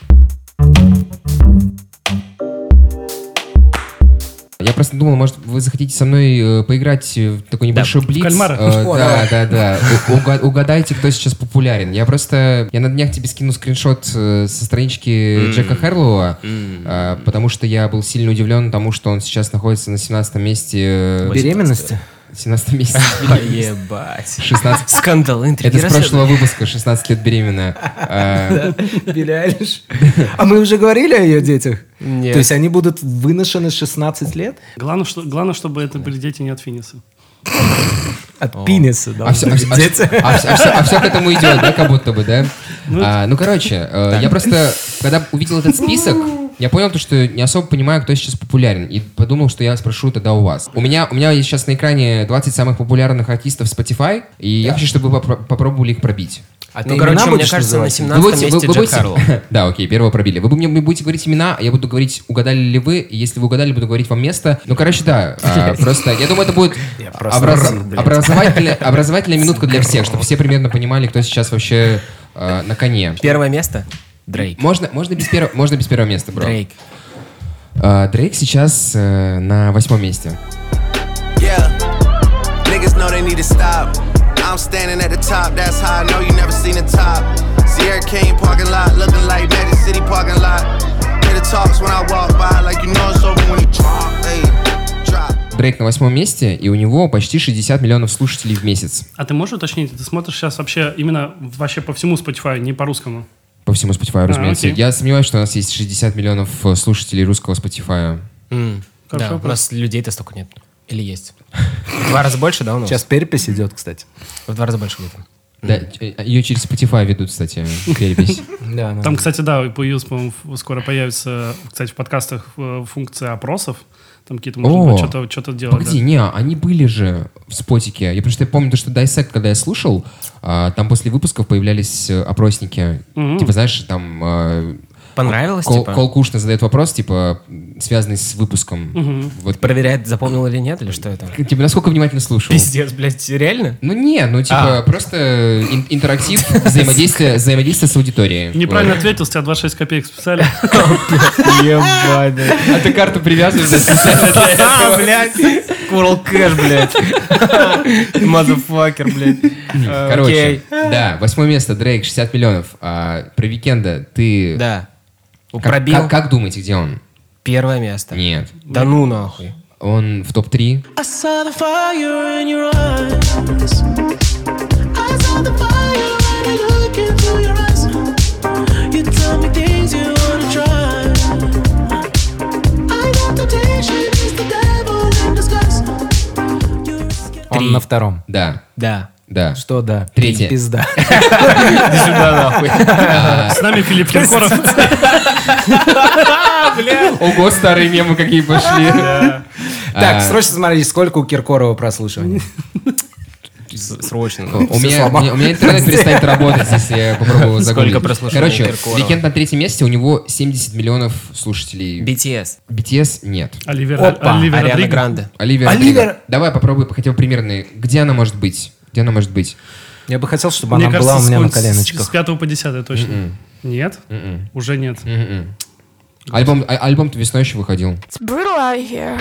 Я просто думал, может, вы захотите со мной э, поиграть в такой небольшой блиц. кальмара. Э, О, да, да, да. У- уга- Угадайте, кто сейчас популярен. Я просто... Я на днях тебе скину скриншот э, со странички Джека Харлоуа, э, потому что я был сильно удивлен тому, что он сейчас находится на семнадцатом месте... э, Беременности? семнадцатом месте. Ебать. шестнадцать. Скандал, интриги. Это с прошлого выпуска, шестнадцать лет беременная. Э, Билли Айлиш. А мы уже говорили о ее детях? Нет. То есть они будут выношены шестнадцать лет? Главное, что, главное, чтобы это были дети не от Финиса. От пениса, да. А все, а, всё- а всё- а всё- а всё- а всё к этому идет, да, как будто бы, да? А, ну, короче, э, я просто, когда увидел этот список, я понял то, что не особо понимаю, кто сейчас популярен, и подумал, что я спрошу тогда у вас. У меня, у меня есть сейчас на экране двадцать самых популярных артистов Spotify, и я хочу, чтобы вы попро- попробовали их пробить. А ты Ну, имена короче, мне будешь кажется, на называть? семнадцатом месте Джек Харлоу. Да, окей, первого пробили. Вы мне, мне будете говорить имена, а я буду говорить, угадали ли вы, и если вы угадали, буду говорить вам место. Ну, короче, да, а, просто, я думаю, это будет Я просто образ- рад, блядь. образовательная, образовательная минутка для всех, чтобы все примерно понимали, кто сейчас вообще э, на коне. Первое место? Дрейк. Можно, можно, без, перв- можно без первого места, бро. Дрейк. А, Дрейк сейчас э, на восьмом месте. Yeah, niggas know they need to stop. I'm standing at the top, that's how I know you never seen the top. Sierra King parking lot, looking like Magic City parking lot. Hear the talks when I walk by, like you know it's over when you drop. Hey, drop. Дрейк на восьмом месте, и у него почти шестьдесят миллионов слушателей в месяц. А ты можешь уточнить, ты смотришь сейчас вообще именно вообще по всему Spotify, не по-русскому? По всему Spotify, разумеется. окей. Я сомневаюсь, что у нас есть шестьдесят миллионов э, слушателей русского Spotify. М, Хорошо, Да, у вопрос. нас людей-то столько нет. Или есть? В два раза больше, да, у нас? Сейчас перепись идет, кстати. В два раза больше где-то. Да, э, ее через Spotify ведут, кстати, перепись. Да, да. Там, кстати, да, появилась, по-моему, ф- скоро появится, кстати, в подкастах э, функция опросов. Там какие-то можно О, будет что-то, что-то делать. Погоди, да. не, они были же в спотике. Я просто помню, то, что Dissect, когда я слушал, а, там после выпусков появлялись э, опросники. Мгм. Типа, знаешь, там... э, Понравилось, Кол, типа? Кол Кушна задает вопрос, типа, связанный с выпуском. Мгм. Вот, Проверяет, запомнил или нет, или что это? типа, насколько внимательно слушал? Пиздец, блядь, реально? Ну не, ну типа А. просто ин- интерактив, взаимодействие, взаимодействие с аудиторией. Неправильно Вот. ответил, с тебя двадцать шесть копеек списали. Ебать, блядь. А ты карту привязываешь, да, специально? А, блядь. Курал кэш, блядь. Мазафакер, блядь. А, Короче, окей. да, восьмое место, Дрейк, шестьдесят миллионов. А про Уикенда ты... Да. Как, Пробил как- как думаете, где он? первое место. Нет. Да ну нахуй. Он в топ три. I saw the fire in your eyes. I saw the fire when I look into your eyes. You tell me things you wanna try. I know temptation is the devil in disguise. You're scared. Он на втором. Да, Да. да. Что да? Третье. Пизда. Иди сюда нахуй. С нами Филипп Киркоров. Ого, старые мемы какие пошли. Так, А, срочно смотрите, сколько у Киркорова прослушиваний. Срочно. У меня, у меня- у меня интернет перестанет работать, если я попробую загуглить. Сколько прослушиваний Короче, Киркорова? Уикенд на третьем месте, у него семьдесят миллионов слушателей. би ти эс. би ти эс нет. Оливер Опа, Оливер Ариана Родриго. Гранде. Оливия Оливия- Родриго. Давай попробуй хотя бы примерный. Где она может быть? Где она может быть? Я бы хотел, чтобы Мне она была у кажется, меня на с- с- С коленочках. пятого по десятое точно. Нет? М-м. Уже нет. М-м. Альбом, а- альбом-то весной еще выходил. It's brutal out here.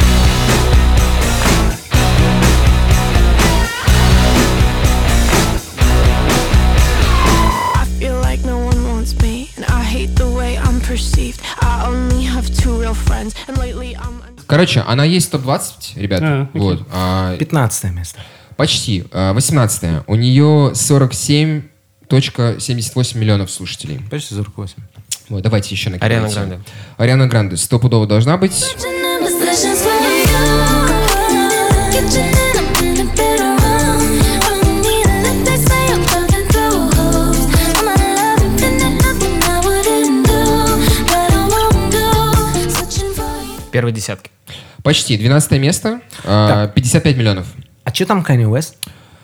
I feel like no one wants me, and I hate the way I'm perceived. I only have two real friends, and lately I'm. Короче, она есть в топ двадцать, ребят. А, окей. Вот. А, Пятнадцатое место. почти. А, восемнадцатое. У нее сорок семь целых семьдесят восемь миллионов слушателей. Почти сорок восемь. Вот, давайте еще накидайте. Ариана Гранде. Ариана Гранде стопудово должна быть. Первой десятки. Почти. двенадцатое место. а, пятьдесят пять миллионов. А что там Kanye West?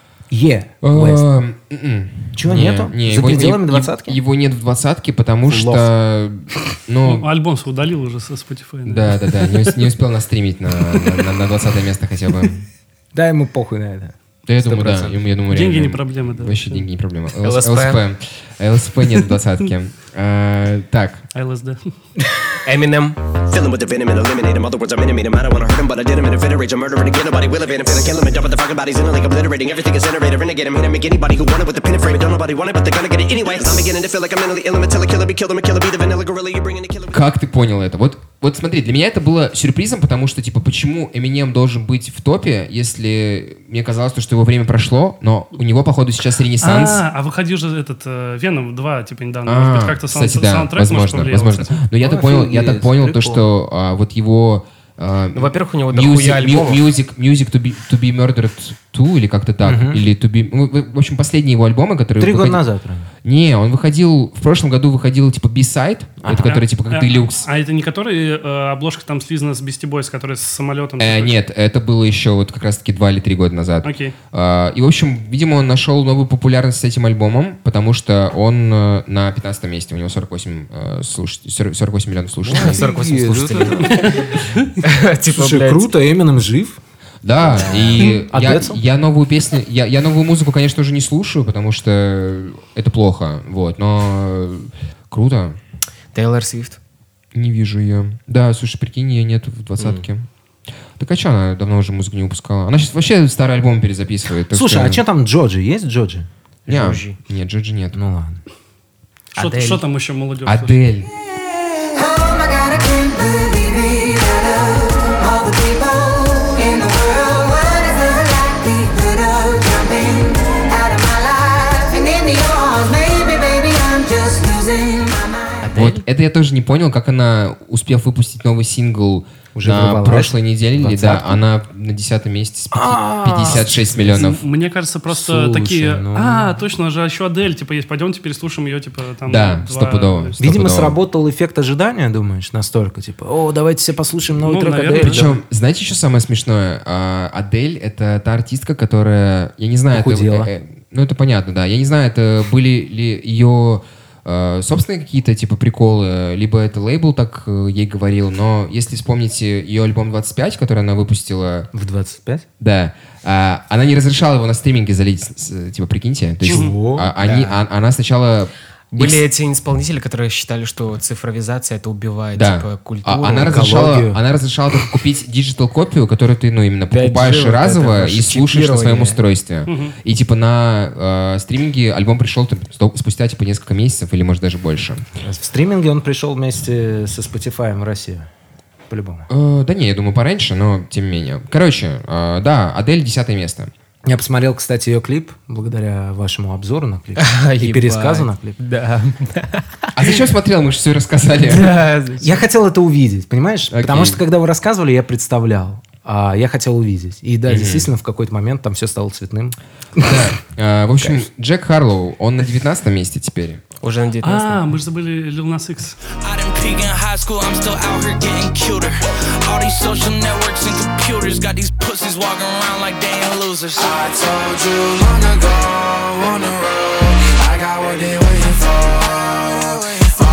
Е. West. А, м-м. Чего, Не, нету? не, За его- пределами его- двадцатки? Его нет в двадцатке, потому Лох. что... Ну, Ну, альбом свой удалил уже со Spotify. да, да, да. Не, ус- не успел настримить на, на, на- на двадцатое место хотя бы. Да, ему похуй на это. Да, я думаю, да. процентов. ему- Я думаю, Деньги реально. не проблема, да. Вообще деньги не проблема. эл эс пэ. ЛСП. ЛСП нет в двадцатке. А, Так. АЛСД. Eminem. Filling with the venom and eliminate him. Other words, I'm intimate him. I don't wanna hurt him, but I did him in a fit of rage. I'm murdering again. Nobody will evade him. Feeling kill him and dumping the fucking bodies in a lake, obliterating everything is innovative. Renegade him, hit him, make anybody who want it with the pin and frame. Don't nobody want it, but they're gonna get it anyway. 'Cause I'm beginning to feel like I'm mentally ill. I'm a killer, killer, be killed. I'm a killer, be the vanilla gorilla. You bringing the killer. Как ты понял это? Вот, вот смотри, для меня это было сюрпризом, потому что, типа, почему Eminem должен быть в топе, если мне казалось, что его время прошло, но у него, походу, сейчас ренессанс. А, а выходил же этот Веном два, типа, недавно. А, Может быть, как-то саунд- кстати, да, саундтрек, может, возможно, повлиял, возможно. кстати. Но я так понял, я так Офигеть, понял то, прикол. что а, вот его а, Ну, во-первых, у него music, дохуя альбомов. music, music to be to be murdered two или как-то так, или to be, ну, в в общем, последние его альбомы, которые Три года выходи- назад, правильно? Не, он выходил в прошлом году выходил типа B-side, это который типа как А, делюкс. А это не который э, обложка там слизана с Beastie Boys, который с самолетом? Э, типа? нет, это было еще вот как раз-таки два или три года назад. Окей. А, и, в общем, видимо, он нашел новую популярность с этим альбомом, потому что он э, на пятнадцатом месте, у него сорок восемь, э, слушателей, сорок восемь миллионов слушателей. сорок восемь Офигеть, слушателей. Типа, Слушай, блядь. круто, Эминем жив. Да, и А я, Децл? я новую песню, я, я новую музыку, конечно, уже не слушаю, потому что это плохо, вот, но круто. Тейлор Свифт. Не вижу ее. Да, слушай, прикинь, ее нет в двадцатке. Так а что она давно уже музыку не выпускала? Она сейчас вообще старый альбом перезаписывает. так Слушай, что- а что там Джоджи? Есть Джоджи? Не, Джоджи? Нет, Джоджи нет. Ну ладно. Что- Адель. Что там еще молодежь? слушает? Адель. Вот это я тоже не понял, как она, успев выпустить новый сингл Уже на ворвалась прошлой неделе, в да, двадцатку? она на десятом месте с пяти- А, пятьдесят шесть миллионов. Мне кажется, просто Слушай, такие... ну. А, точно, же еще Адель, типа, есть. Пойдемте переслушаем ее, типа, там... Да, два- стопудово. Видимо, Стопудово. сработал эффект ожидания, думаешь, настолько, типа, о, давайте все послушаем новый Ну, трек наверное, Адель. Причем, знаете, что самое смешное? А, Адель — это та артистка, которая, я не знаю, это, Похудела. э, э, ну это понятно, да. Я не знаю, это были ли ее э, собственные какие-то типа приколы, либо это лейбл так э, ей говорил, но если вспомните ее альбом двадцать пять, который она выпустила... В двадцать пять? Да. А, она не разрешала его на стриминге залить, с- типа, прикиньте. То есть, Чего? а- они, а- она сначала... Были X- эти исполнители, которые считали, что цифровизация это убивает, Да. типа, культуру. А- она, разрешала, экологию. она разрешала только купить диджитал-копию, которую ты, ну, именно пять джи покупаешь вот это разово ваше и слушаешь на своем чипирование. устройстве. И, типа, на э, стриминге альбом пришел там, сто- спустя, типа, несколько месяцев или, может, даже больше. В стриминге он пришел вместе со Spotify в Россию. По-любому. Э, да не, я думаю, пораньше, но тем не менее. Короче, э, да, Адель десятое место. Я посмотрел, кстати, ее клип, благодаря вашему обзору на клип. И Ебать. пересказу на клип. Да. А зачем смотрел? Мы же все рассказали. Я хотел это увидеть, понимаешь? Окей. Потому что, когда вы рассказывали, я представлял. А я хотел увидеть. И да, действительно, в какой-то момент там все стало цветным. Да. Э, В общем, Джек Харлоу, он на девятнадцатом месте теперь. Уже на девятнадцатом. А, мы же забыли Lil Nas X. I didn't peak in high school, I'm still out here getting cuter. All these social networks and computers got these pussies walking around like they ain't losers. I told you long ago on the road, I got what they waiting for.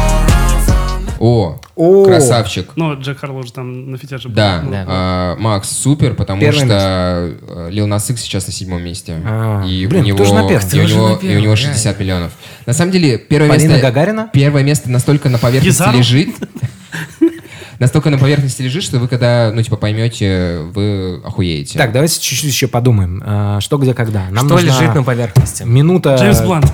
О, О. красавчик. Ну, Джек Харлоу же там на фите же был. Да, Да. а, Макс, супер, потому Первое что Lil Nas X сейчас на седьмом месте. А, и, блин, у него, тоже на первом. и, у Тоже него, на и у первом, него шестьдесят миллионов. На самом деле, первое Полина место, Гагарина? первое место настолько на поверхности Езару? лежит, настолько на поверхности лежит, что вы когда, ну, типа, поймете, вы охуеете. Так, давайте чуть-чуть еще подумаем. А, Что, где, когда. Нам Что нужна лежит на поверхности? Минута... Джеймс Блант.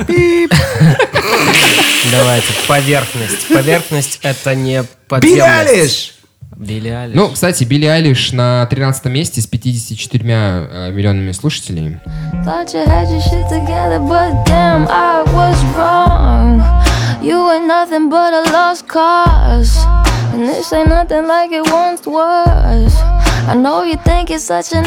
Давайте. Поверхность. Поверхность — это не Билли подземность. Айлиш! Билли Айлиш. Ну, кстати, Билли Айлиш на тринадцатом месте с пятьюдесятью четырьмя э, миллионами слушателей. Thought you had your shit together, but damn, I was wrong. You ain't nothing but a lost cause. And this ain't nothing like it once was. I know you think you're such an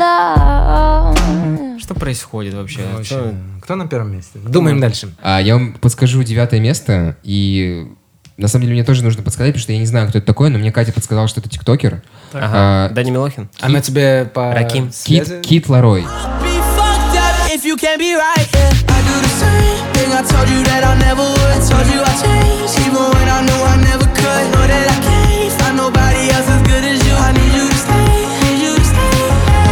outlaw. Что происходит вообще? Вообще, Что- Кто на первом месте? Думаем дальше. А я вам подскажу девятое место, и на самом деле мне тоже нужно подсказать, потому что я не знаю, кто это такой, но мне Катя подсказала, что это тиктокер. Ага. А, Дани Милохин? Она тебе по Раким. связи? Кит, Кит Ларой. Be fucked up if you can't be right. Yeah, I do the same thing. I told you that I never would. Told you I changed, even when I knew I never could. Know that I can't find nobody else as good as you. I need you to stay, need you to stay.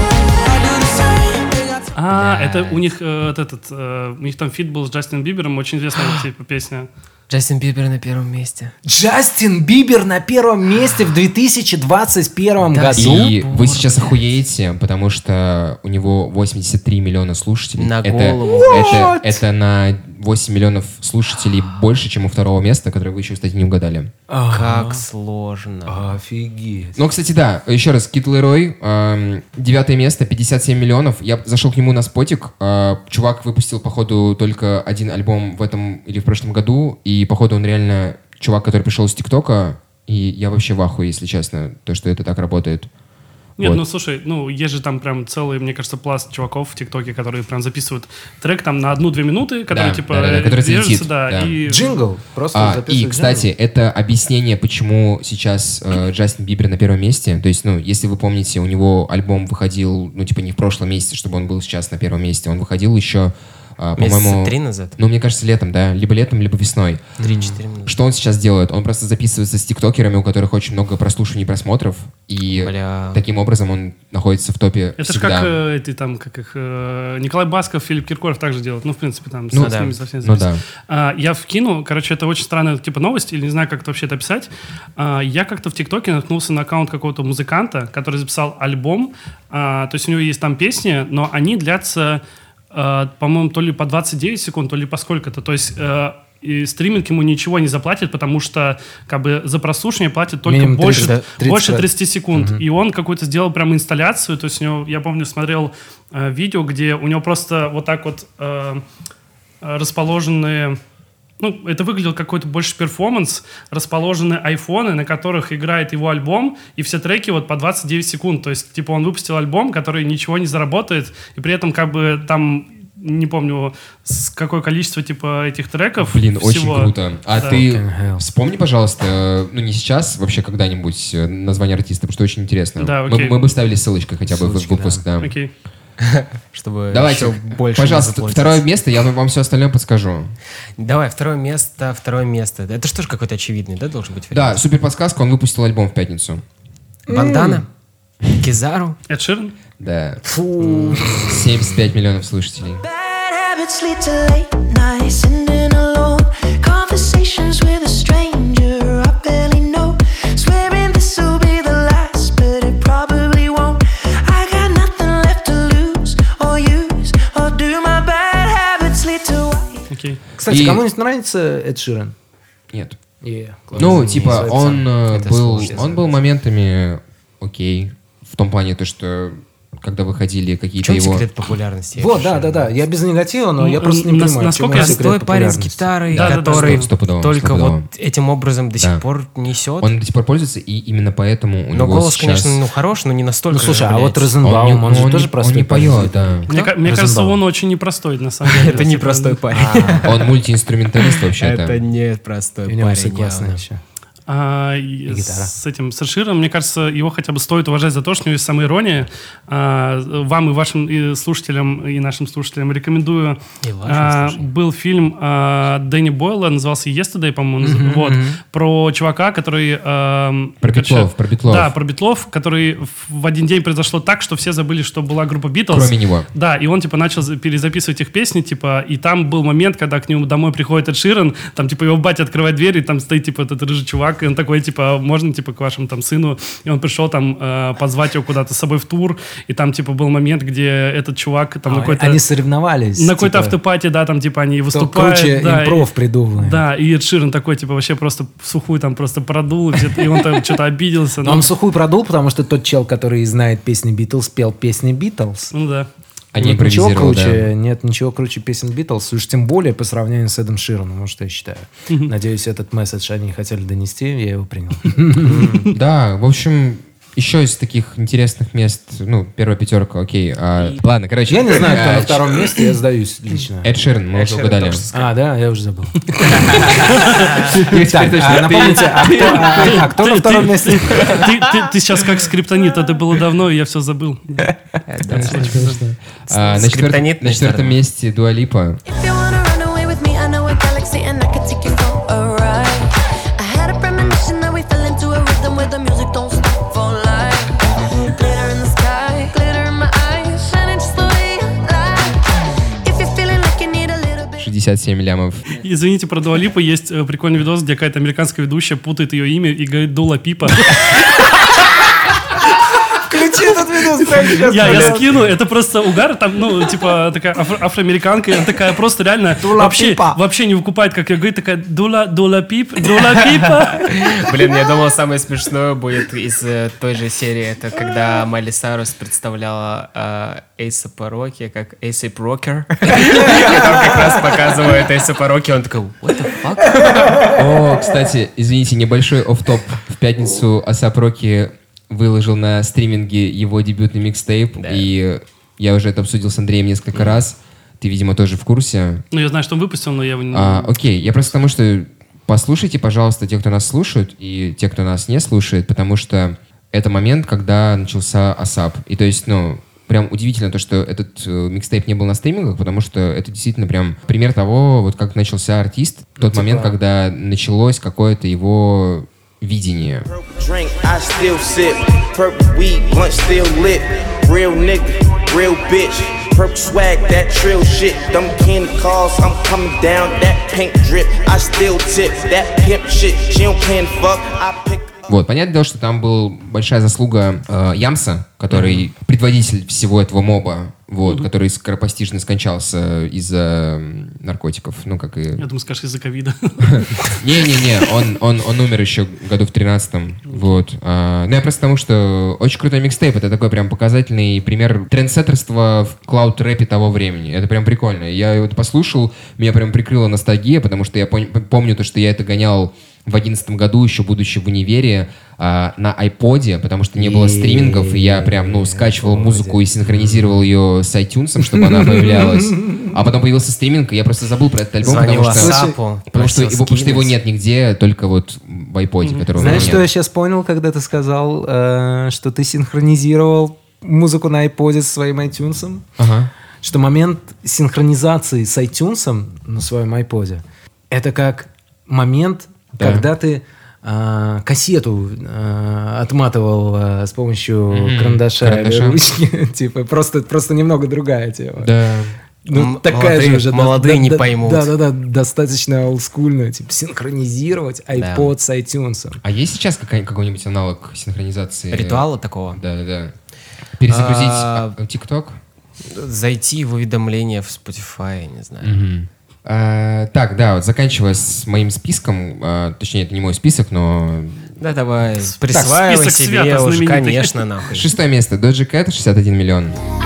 I do the same thing. I told А, это у них э, вот этот, э, у них там фит был с Джастином Бибером, очень известная типа песня. Джастин Бибер на первом месте. Джастин Бибер на первом месте в две тысячи двадцать первом Да. году. И вы сейчас охуеете, потому что у него восемьдесят три миллиона слушателей. На это, голову. это, это на восемь миллионов слушателей больше, чем у второго места, которое вы еще, кстати, не угадали. Как сложно. Офигеть. Ну, кстати, да, еще раз, Кит Лерой, эм, девятое место, пятьдесят семь миллионов. Я зашел к нему на спотик. Э, чувак выпустил, походу, только один альбом в этом или в прошлом году. И, походу, он реально чувак, который пришел с ТикТока. И я вообще в ахуе, если честно, то, что это так работает. Нет, Вот. ну слушай, ну есть же там прям целый, мне кажется, пласт чуваков в ТикТоке, которые прям записывают трек там на одну-две минуты, который Да, типа да, да, да, э, который режется, залетит, да, да. и Джингл. Просто А, записывай и, кстати, джингл. это объяснение, почему сейчас э, Джастин Бибер на первом месте. То есть, ну, если вы помните, у него альбом выходил, ну, типа, не в прошлом месяце, чтобы он был сейчас на первом месте. Он выходил еще, э, Месяца по-моему... три назад? Ну, мне кажется, летом, да. Либо летом, либо весной. Три-четыре минуты. Что он сейчас делает? Он просто записывается с тиктокерами, у которых очень много прослушиваний и просмотров. И Бля. таким образом он находится в топе это же всегда. как э, эти там, как их, э, Николай Басков, Филипп Киркоров также делают. Ну, в принципе, там с, Ну с да. ними совсем Ну записано. да. А, я вкину, короче, это очень странная типа новость, или не знаю, как это вообще это описать. А, я как-то в ТикТоке наткнулся на аккаунт какого-то музыканта, который записал альбом. А, то есть у него есть там песни, но они длятся, а, по-моему, то ли по двадцать девять секунд, то ли по сколько-то. То есть э, и стриминг ему ничего не заплатит, потому что как бы за прослушивание платят только Минимум больше, тридцать, тридцать больше раз. тридцать секунд. И он какую-то сделал прям инсталляцию. То есть у него, я помню, смотрел э, видео, где у него просто вот так вот э, расположены... Ну, это выглядело какой-то больше перформанс. Расположены айфоны, на которых играет его альбом, и все треки вот по двадцать девять секунд. То есть, типа, он выпустил альбом, который ничего не заработает, и при этом как бы там... Не помню, с какое количество типа этих треков. Блин, всего. очень круто. А Да. ты Fucking hell. вспомни, пожалуйста, э, ну не сейчас, вообще когда-нибудь э, название артиста, потому что очень интересно. Да, мы, окей. мы бы ставили ссылочкой хотя бы в Ссылочки, выпуск, да. Окей. чтобы Давайте, еще больше пожалуйста, заплатить. второе место, я вам все остальное подскажу. Давай, второе место, второе место. Это что же какой-то очевидный, да, должен быть? Да, супер подсказка, он выпустил альбом в пятницу. Бандана? Кизару? Эд Ширан? Да. Фу. семьдесят пять миллионов слушателей. Bad habits lead to late nights, sitting alone. Conversations with a stranger I barely know. Swearing this will be the last, but it probably won't. I got nothing left to lose or use, or do my bad habits lead to white? Окей. Кстати, И- кому-нибудь нравится Эд Ширан? Нет. Yeah, классно. Ну, типа, он э, Это был, сложно. он был моментами окей. В том плане, то, что когда выходили В какие-то чем его... секрет популярности? Вот, да, да, да. Я без негатива, но Ну, я просто не нас- понимаю, насколько в чём я- секрет Простой парень с популярности. гитарой, Да, да, да, который сто- стопудово, только стопудово. вот этим образом до Да. сих пор несет. Он до сих пор пользуется, и именно поэтому у Но него голос, сейчас... конечно, ну хорош, но не настолько. Ну, слушай, же, а вот блядь. Розенбаум, не- он, ну, же он тоже не- простой он не парень. поет, да. Мне, ка- мне кажется, Розенбаум. он очень непростой, на самом деле. Это не Типа, простой парень. Он мультиинструменталист вообще-то. Это не простой У него парень. все классные явно. еще. А, и гитара. с этим с Эд Шираном, мне кажется, его хотя бы стоит уважать за то, что у него есть самоирония. А, вам и вашим и слушателям, и нашим слушателям рекомендую. И вашим А, слушателям. был фильм а, Дэнни Бойла, назывался «Yesterday», по-моему, наз- вот, про чувака, который... ам, Про короче, Битлов, про Битлов. Да, про Битлов, который в- в один день произошло так, что все забыли, что была группа Битлз. Кроме него. Да, и он, типа, начал за- перезаписывать их песни, типа, и там был момент, когда к нему домой приходит Эд Ширан, там, типа, его батя открывает дверь, и там стоит, типа, этот рыжий чувак, и он такой, типа, можно, типа, к вашему, там, сыну, и он пришел, там, э, позвать его куда-то с собой в тур, и там, типа, был момент, где этот чувак, там, на А, какой-то... Они соревновались. На какой-то типа, автопате, да, там, типа, они кто выступают. круче да, импров и- придумывает. Да, и Эд Ширан такой, типа, вообще просто в сухую там просто продул, и все- и он там что-то обиделся. Но ну, он сухую продул, потому что тот чел, который знает песни Битлз, пел песни Битлз. Ну да. А не Нет ничего импровизировал, круче, да. нет ничего круче песен Битлз, уж тем более по сравнению с Эдом Шираном, вот что я считаю. Надеюсь, этот месседж они хотели донести, я его принял. Да, в общем, еще из таких интересных мест, ну, первая пятерка, окей. а, Ладно, короче. Я не знаю, кто а, на втором месте, я сдаюсь лично. Эд Ширан, мы уже угадали. А, да, я уже забыл. Так, а напомните, а кто- а- а кто на втором месте? Ты, ты- ты сейчас как скриптонит, это было давно, и я все забыл. А, На четвертом Скриптонит на на четвертом втором. месте Дуа Липа. If you wanna run away with me, I know a galaxy and I can take you for a ride. I had a premonition that we fell into a rhythm where the music don't stop for life. Glitter in the sky, glitter in my eyes, shining just the way you like. If you're feeling like you need a little bit. шестьдесят семь лямов. Извините, про Дуа Липу есть э, прикольный видос, где какая-то американская ведущая путает ее имя и говорит Дула Пипа. Включи этот видос прямо сейчас. Я, я скину, это просто угар, там, ну, типа, такая афро- афроамериканка, и она такая просто реально Дула вообще, Пипа. вообще не выкупает, как я говорю, такая Дула, Дула Пип, Дула Пипа. Блин, я думал, самое смешное будет из э, той же серии. Это когда Майли Сайрус представляла э, Эйсапа Роки как Эйсап Рокер. И там как раз показывают Эйсапа Роки, он такой, what the fuck? О, кстати, извините, небольшой офф-топ. В пятницу Асап Роки выложил на стриминге его дебютный микстейп, Да. и я уже это обсудил с Андреем несколько раз. Ты, видимо, тоже в курсе. Ну, я знаю, что он выпустил, но я его не... А, окей, я просто потому что послушайте, пожалуйста, те, кто нас слушают, и те, кто нас не слушает, потому что это момент, когда начался Асап. И то есть, ну, прям удивительно то, что этот э, микстейп не был на стримингах, потому что это действительно прям пример того, вот как начался артист, в тот момент, когда началось какое-то его видение. Drink, I still sip. Purple weed, blunt still lit. Real nigga, real bitch. Purple swag, that trill shit. Them candy cars, I'm coming down. That pink drip, I still tip. That pimp shit, she don't can fuck. I pick. Вот, понятное дело, что там была большая заслуга э, Ямса, который предводитель всего этого моба, вот, который скоропостижно скончался из-за м, наркотиков, ну, как и... Я думаю, скажешь, из-за ковида. Не-не-не, он, он, он умер еще году в тринадцатом, вот. А, ну, я просто потому, что очень крутой микстейп, это такой прям показательный пример трендсеттерства в клауд-рэпе того времени. Это прям прикольно. Я его послушал, меня прям прикрыла ностальгия, потому что я пон- помню то, что я это гонял в одиннадцатом году, еще будучи в универе, а, на айподе, потому что не было стримингов, и я прям, ну, скачивал музыку и синхронизировал ее с iTunes, чтобы она появлялась. А потом появился стриминг, и я просто забыл про этот альбом, Звонил потому что... Асапу, Потому что, просил его, потому что его скинуть. нет нигде, только вот в айподе, которого Знаешь, нет. что я сейчас понял, когда ты сказал, э, что ты синхронизировал музыку на iPod со своим iTunes, Ага. что момент синхронизации с iTunes на своем iPod это как момент, Да. когда ты а, кассету а, отматывал а, с помощью Мгм. карандаша, Карандаша. или ручки. Типа, просто, просто немного другая тема. Да. Ну, М- такая молодые- же уже. да- молодые да- не да- поймут. Да-да-да, достаточно олдскульно. Типа, синхронизировать iPod с iTunes. А есть сейчас какая- какой-нибудь аналог синхронизации? Ритуала такого? Да-да-да. Перезагрузить А, а, TikTok? Зайти в уведомления в Spotify, не знаю. Мгм. А, так, да, вот заканчивая с моим списком, а, точнее, это не мой список, но... Да, давай, присваивай список себе свято уж, знаменитый. конечно, нахуй. Шестое место. Doja Cat, шестьдесят один миллион.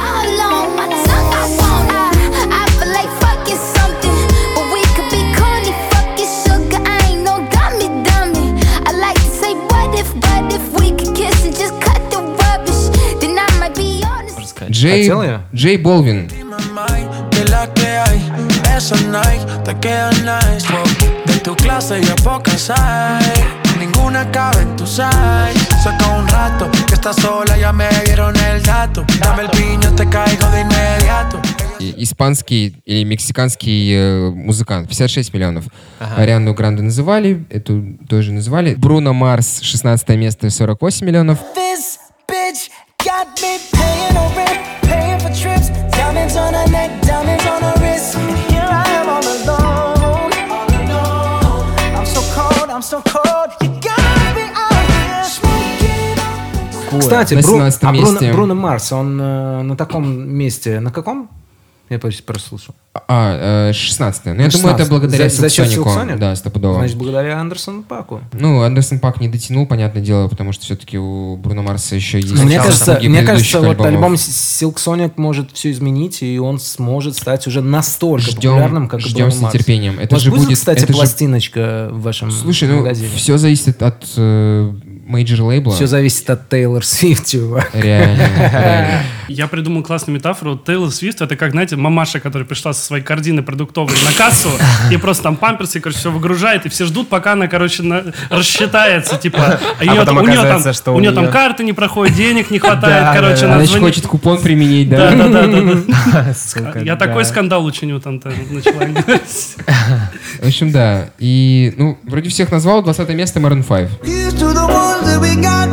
Можно сказать. Джей, Хотел я? Джей Болвин. Que la que hay, esos Nike te quedan nice. De tu clase ya pocas hay, ninguna cabe en tu size. Saca un rato que estás sola, ya me dieron el dato. Dame el piño, te caigo de inmediato. И- Испанский или мексиканский э, музыкант. пятьдесят шесть миллионов. Ариану Гранде называли, эту тоже называли. Бруно Марс, шестнадцатое место, сорок восемь миллионов. This bitch got me paying no rent, paying for trips, diamonds on her neck, diamonds on her wrist. And here I am all alone, all alone. I'm so cold, I'm so cold. You got me out here smoking. Кстати, На Бру- семнадцатом а Бруно, месте. Бруно Марс, он э, на таком месте, на каком? Я просто прослушал. А, э, шестнадцатое. Ну, я думаю, это шестнадцать. благодаря За- за счет Силксонику. Силксоник? Да, стопудово. Значит, благодаря Андерсону Паку. Ну, Андерсон Пак не дотянул, понятное дело, потому что все-таки у Бруно Марса еще есть... Но мне Сначала кажется, заслуги мне предыдущих кажется, вот альбомов. альбом Silk Sonic может все изменить, и он сможет стать уже настолько Ждем- популярным, как и ждем Бруно с Марс. нетерпением. Это Может, же будет, будет- кстати, это же- пластиночка в вашем Слушай, ну, магазине? все зависит от э, мейджор лейбла. Все зависит от Тейлор Свифт, чувак. Реально, реально. Я придумал классную метафору. Тейлор Свифт — это как, знаете, мамаша, которая пришла со своей корзины продуктовой на кассу, и просто там памперсы, короче, все выгружает, и все ждут, пока она, короче, на- рассчитается, типа. А у нее потом там- у нее оказывается, там- что у у нее там нее- карты не проходят, денег не хватает, Да, короче, да, она Она еще звонит. хочет купон применить, да? Да, да, да, да, Сука, да. Я да. такой скандал учиню там-то начала играть. В общем, да. И, ну, вроде всех назвал. двадцатое место Maroon пять. Here's to the ones that we got.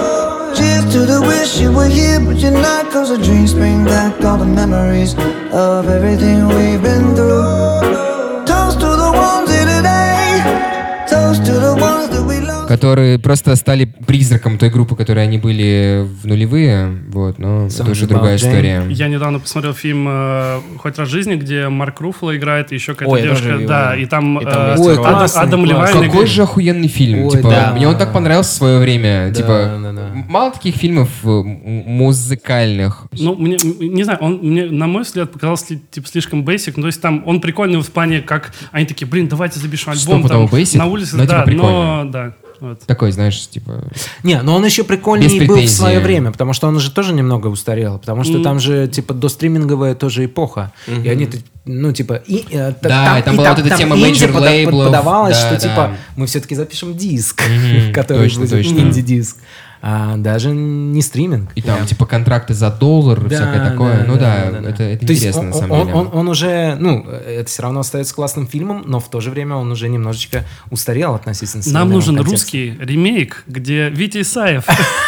Cheers to the wish you were here, but you're not. Cause the dreams bring back all the memories of everything we've been through. Toast to the ones here today. Toast to the ones that we love. Которые просто стали призраком той группы, которой они были в нулевые. Вот, но это уже about другая Jane. история. Я недавно посмотрел фильм э, «Хоть раз в жизни», где Марк Руффало играет, и еще какая-то Ой, я девушка. тоже видел, Да, да. и там, И там э, есть Ой, ролик. Адам, классный, Адам классный. Левайн Какой играет. же охуенный фильм. Ой, типа, да. мне он так понравился в свое время. Да, типа, да, да. мало таких фильмов э, м- музыкальных. Ну, мне, м, не знаю, он мне, на мой взгляд, показался ли- типа слишком basic. Ну, то есть там он прикольный в плане, как они такие, блин, давайте запишем альбом Стопудово там, basic, на улице, но, типа, да, прикольно. но да. Вот. Такой, знаешь, типа... Не, но он еще Без прикольнее был в претензий. свое время, потому что он же тоже немного устарел, потому что там же, типа, достриминговая тоже эпоха. И они, ну, типа... И, э, т- Да, и там была вот эта тема инди major пода- лейблов. подавалось, Да, что, да. типа, мы все-таки запишем диск, Мгм, который точно, будет точно. инди-диск. А даже не стриминг. И там, типа, контракты за доллар, Да, всякое такое. ну да, да, да. это, это То есть интересно, он, на самом он- деле. Он, он уже, ну, это все равно остается классным фильмом, но в то же время он уже немножечко устарел относительно Нам современного нужен контекста. русский ремейк, где Витя Исаев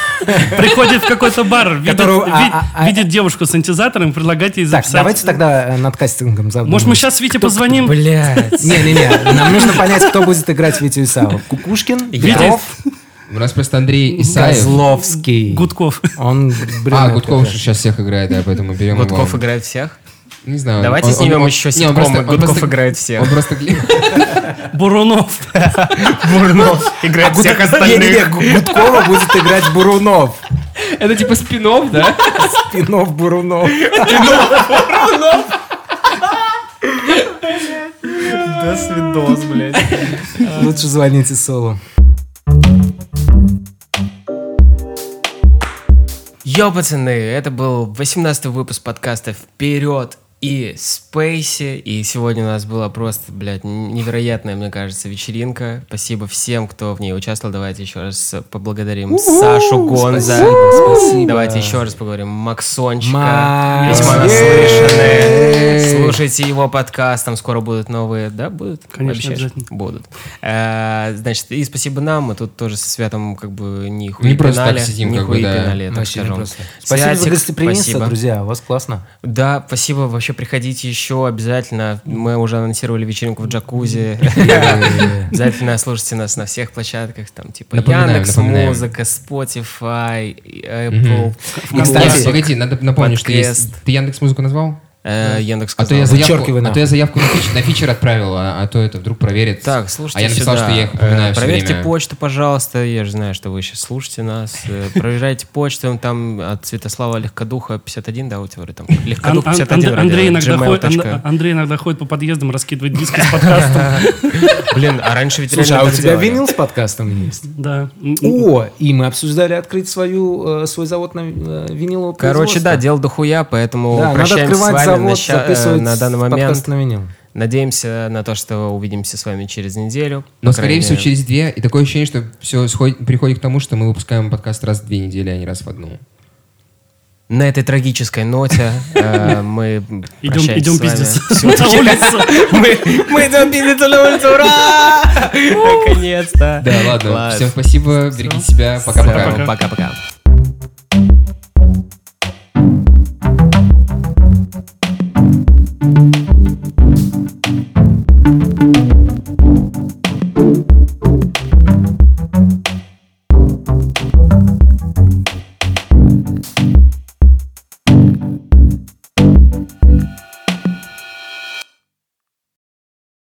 приходит в какой-то бар, видит, Которую, а, ви- а, а- видит девушку с синтезатором, предлагает ей Так, записать. давайте тогда э, над кастингом задумаемся. Может, мы сейчас Вите Кто- позвоним? Блядь. Не-не-не, нам нужно понять, кто будет играть Витю Исаева. Кукушкин, Петров, У нас просто Андрей Исаев. Козловский. Гудков. Он, брюнет А, Гудков как раз. сейчас всех играет, да, поэтому берем Гудков его. играет всех? Не знаю. Давайте он- снимем он- еще не, он ситком, просто- он Гудков просто- играет всех. Он просто... гли- Бурунов. Бурнов играет Гуд- всех Не-не-не, остальных. Гу- Гудкова будет играть Бурунов. Это типа спин-офф, да? Спинов Бурунов. Да свидос, блядь. Лучше звоните Солу. Йо, пацаны, это был восемнадцатый выпуск подкаста «Вперед и Спейси. И сегодня у нас была просто, блядь, невероятная, мне кажется, вечеринка. Спасибо всем, кто в ней участвовал. Давайте еще раз поблагодарим У-у-у, Сашу Гонза. Спасибо, спасибо. Давайте еще раз поговорим. Максончика. Макс. Весьма наслышанные. Слушайте его подкаст, там скоро будут новые. Да, будут? Конечно, Обещаешь? обязательно. Будут. А, значит, и спасибо нам. Мы тут тоже со Святом как бы не хуй Не просто пинали. так сидим, не как бы, хуй да. пинали, я так Вообще не скажу. просто. Спасибо Святик, за гостеприимство, спасибо. друзья. У вас классно. Да, спасибо. Вообще приходите еще обязательно. Мы уже анонсировали вечеринку в джакузи. Обязательно слушайте нас на всех площадках. Там типа Напоминаем, Яндекс напоминаем. Музыка, Spotify, Apple. Кстати, погоди, надо напомнить, что Подкаст. есть... Ты Яндекс.Музыку назвал? Э, Яндекс А то сказал. я заявку, Вычеркивай а нахуй. то я заявку на фичер, на фичер отправил, а, а то это вдруг проверит. Так, слушайте А я написал, сюда. что я их упоминаю Э, все Проверьте время. почту, пожалуйста. Я же знаю, что вы сейчас слушаете нас. Э, Проверяйте почту. Там от Святослава Легкодуха пятьдесят один, да, у тебя там? Ан- Легкодух Ан- пятьдесят один. Ан- Андрей, вроде, иногда ходит, gmail точка Ан- Андрей иногда ходит по подъездам, раскидывает диски с подкастом. Блин, а раньше ведь Слушай, реально а у так тебя делали. винил с подкастом есть? Да. О, и мы обсуждали открыть свою, э, свой завод на э, виниловое Короче, производство. да, дело дохуя, поэтому Да, надо прощаемся с открывать вами на, завод, ща- э, записывать на данный момент. подкаст на винил. Надеемся на то, что увидимся с вами через неделю. Но, По скорее крайней всего, мере. через две. И такое ощущение, что все сходит, приходит к тому, что мы выпускаем подкаст раз в две недели, а не раз в одну. На этой трагической ноте э, мы Идем, прощаемся идем с вами. пиздиться на улицу. Мы мы идем пиздиться на улицу, ура! Наконец-то. Да, ладно. Класс. Всем спасибо, берегите себя. Пока-пока. Пока. Пока-пока.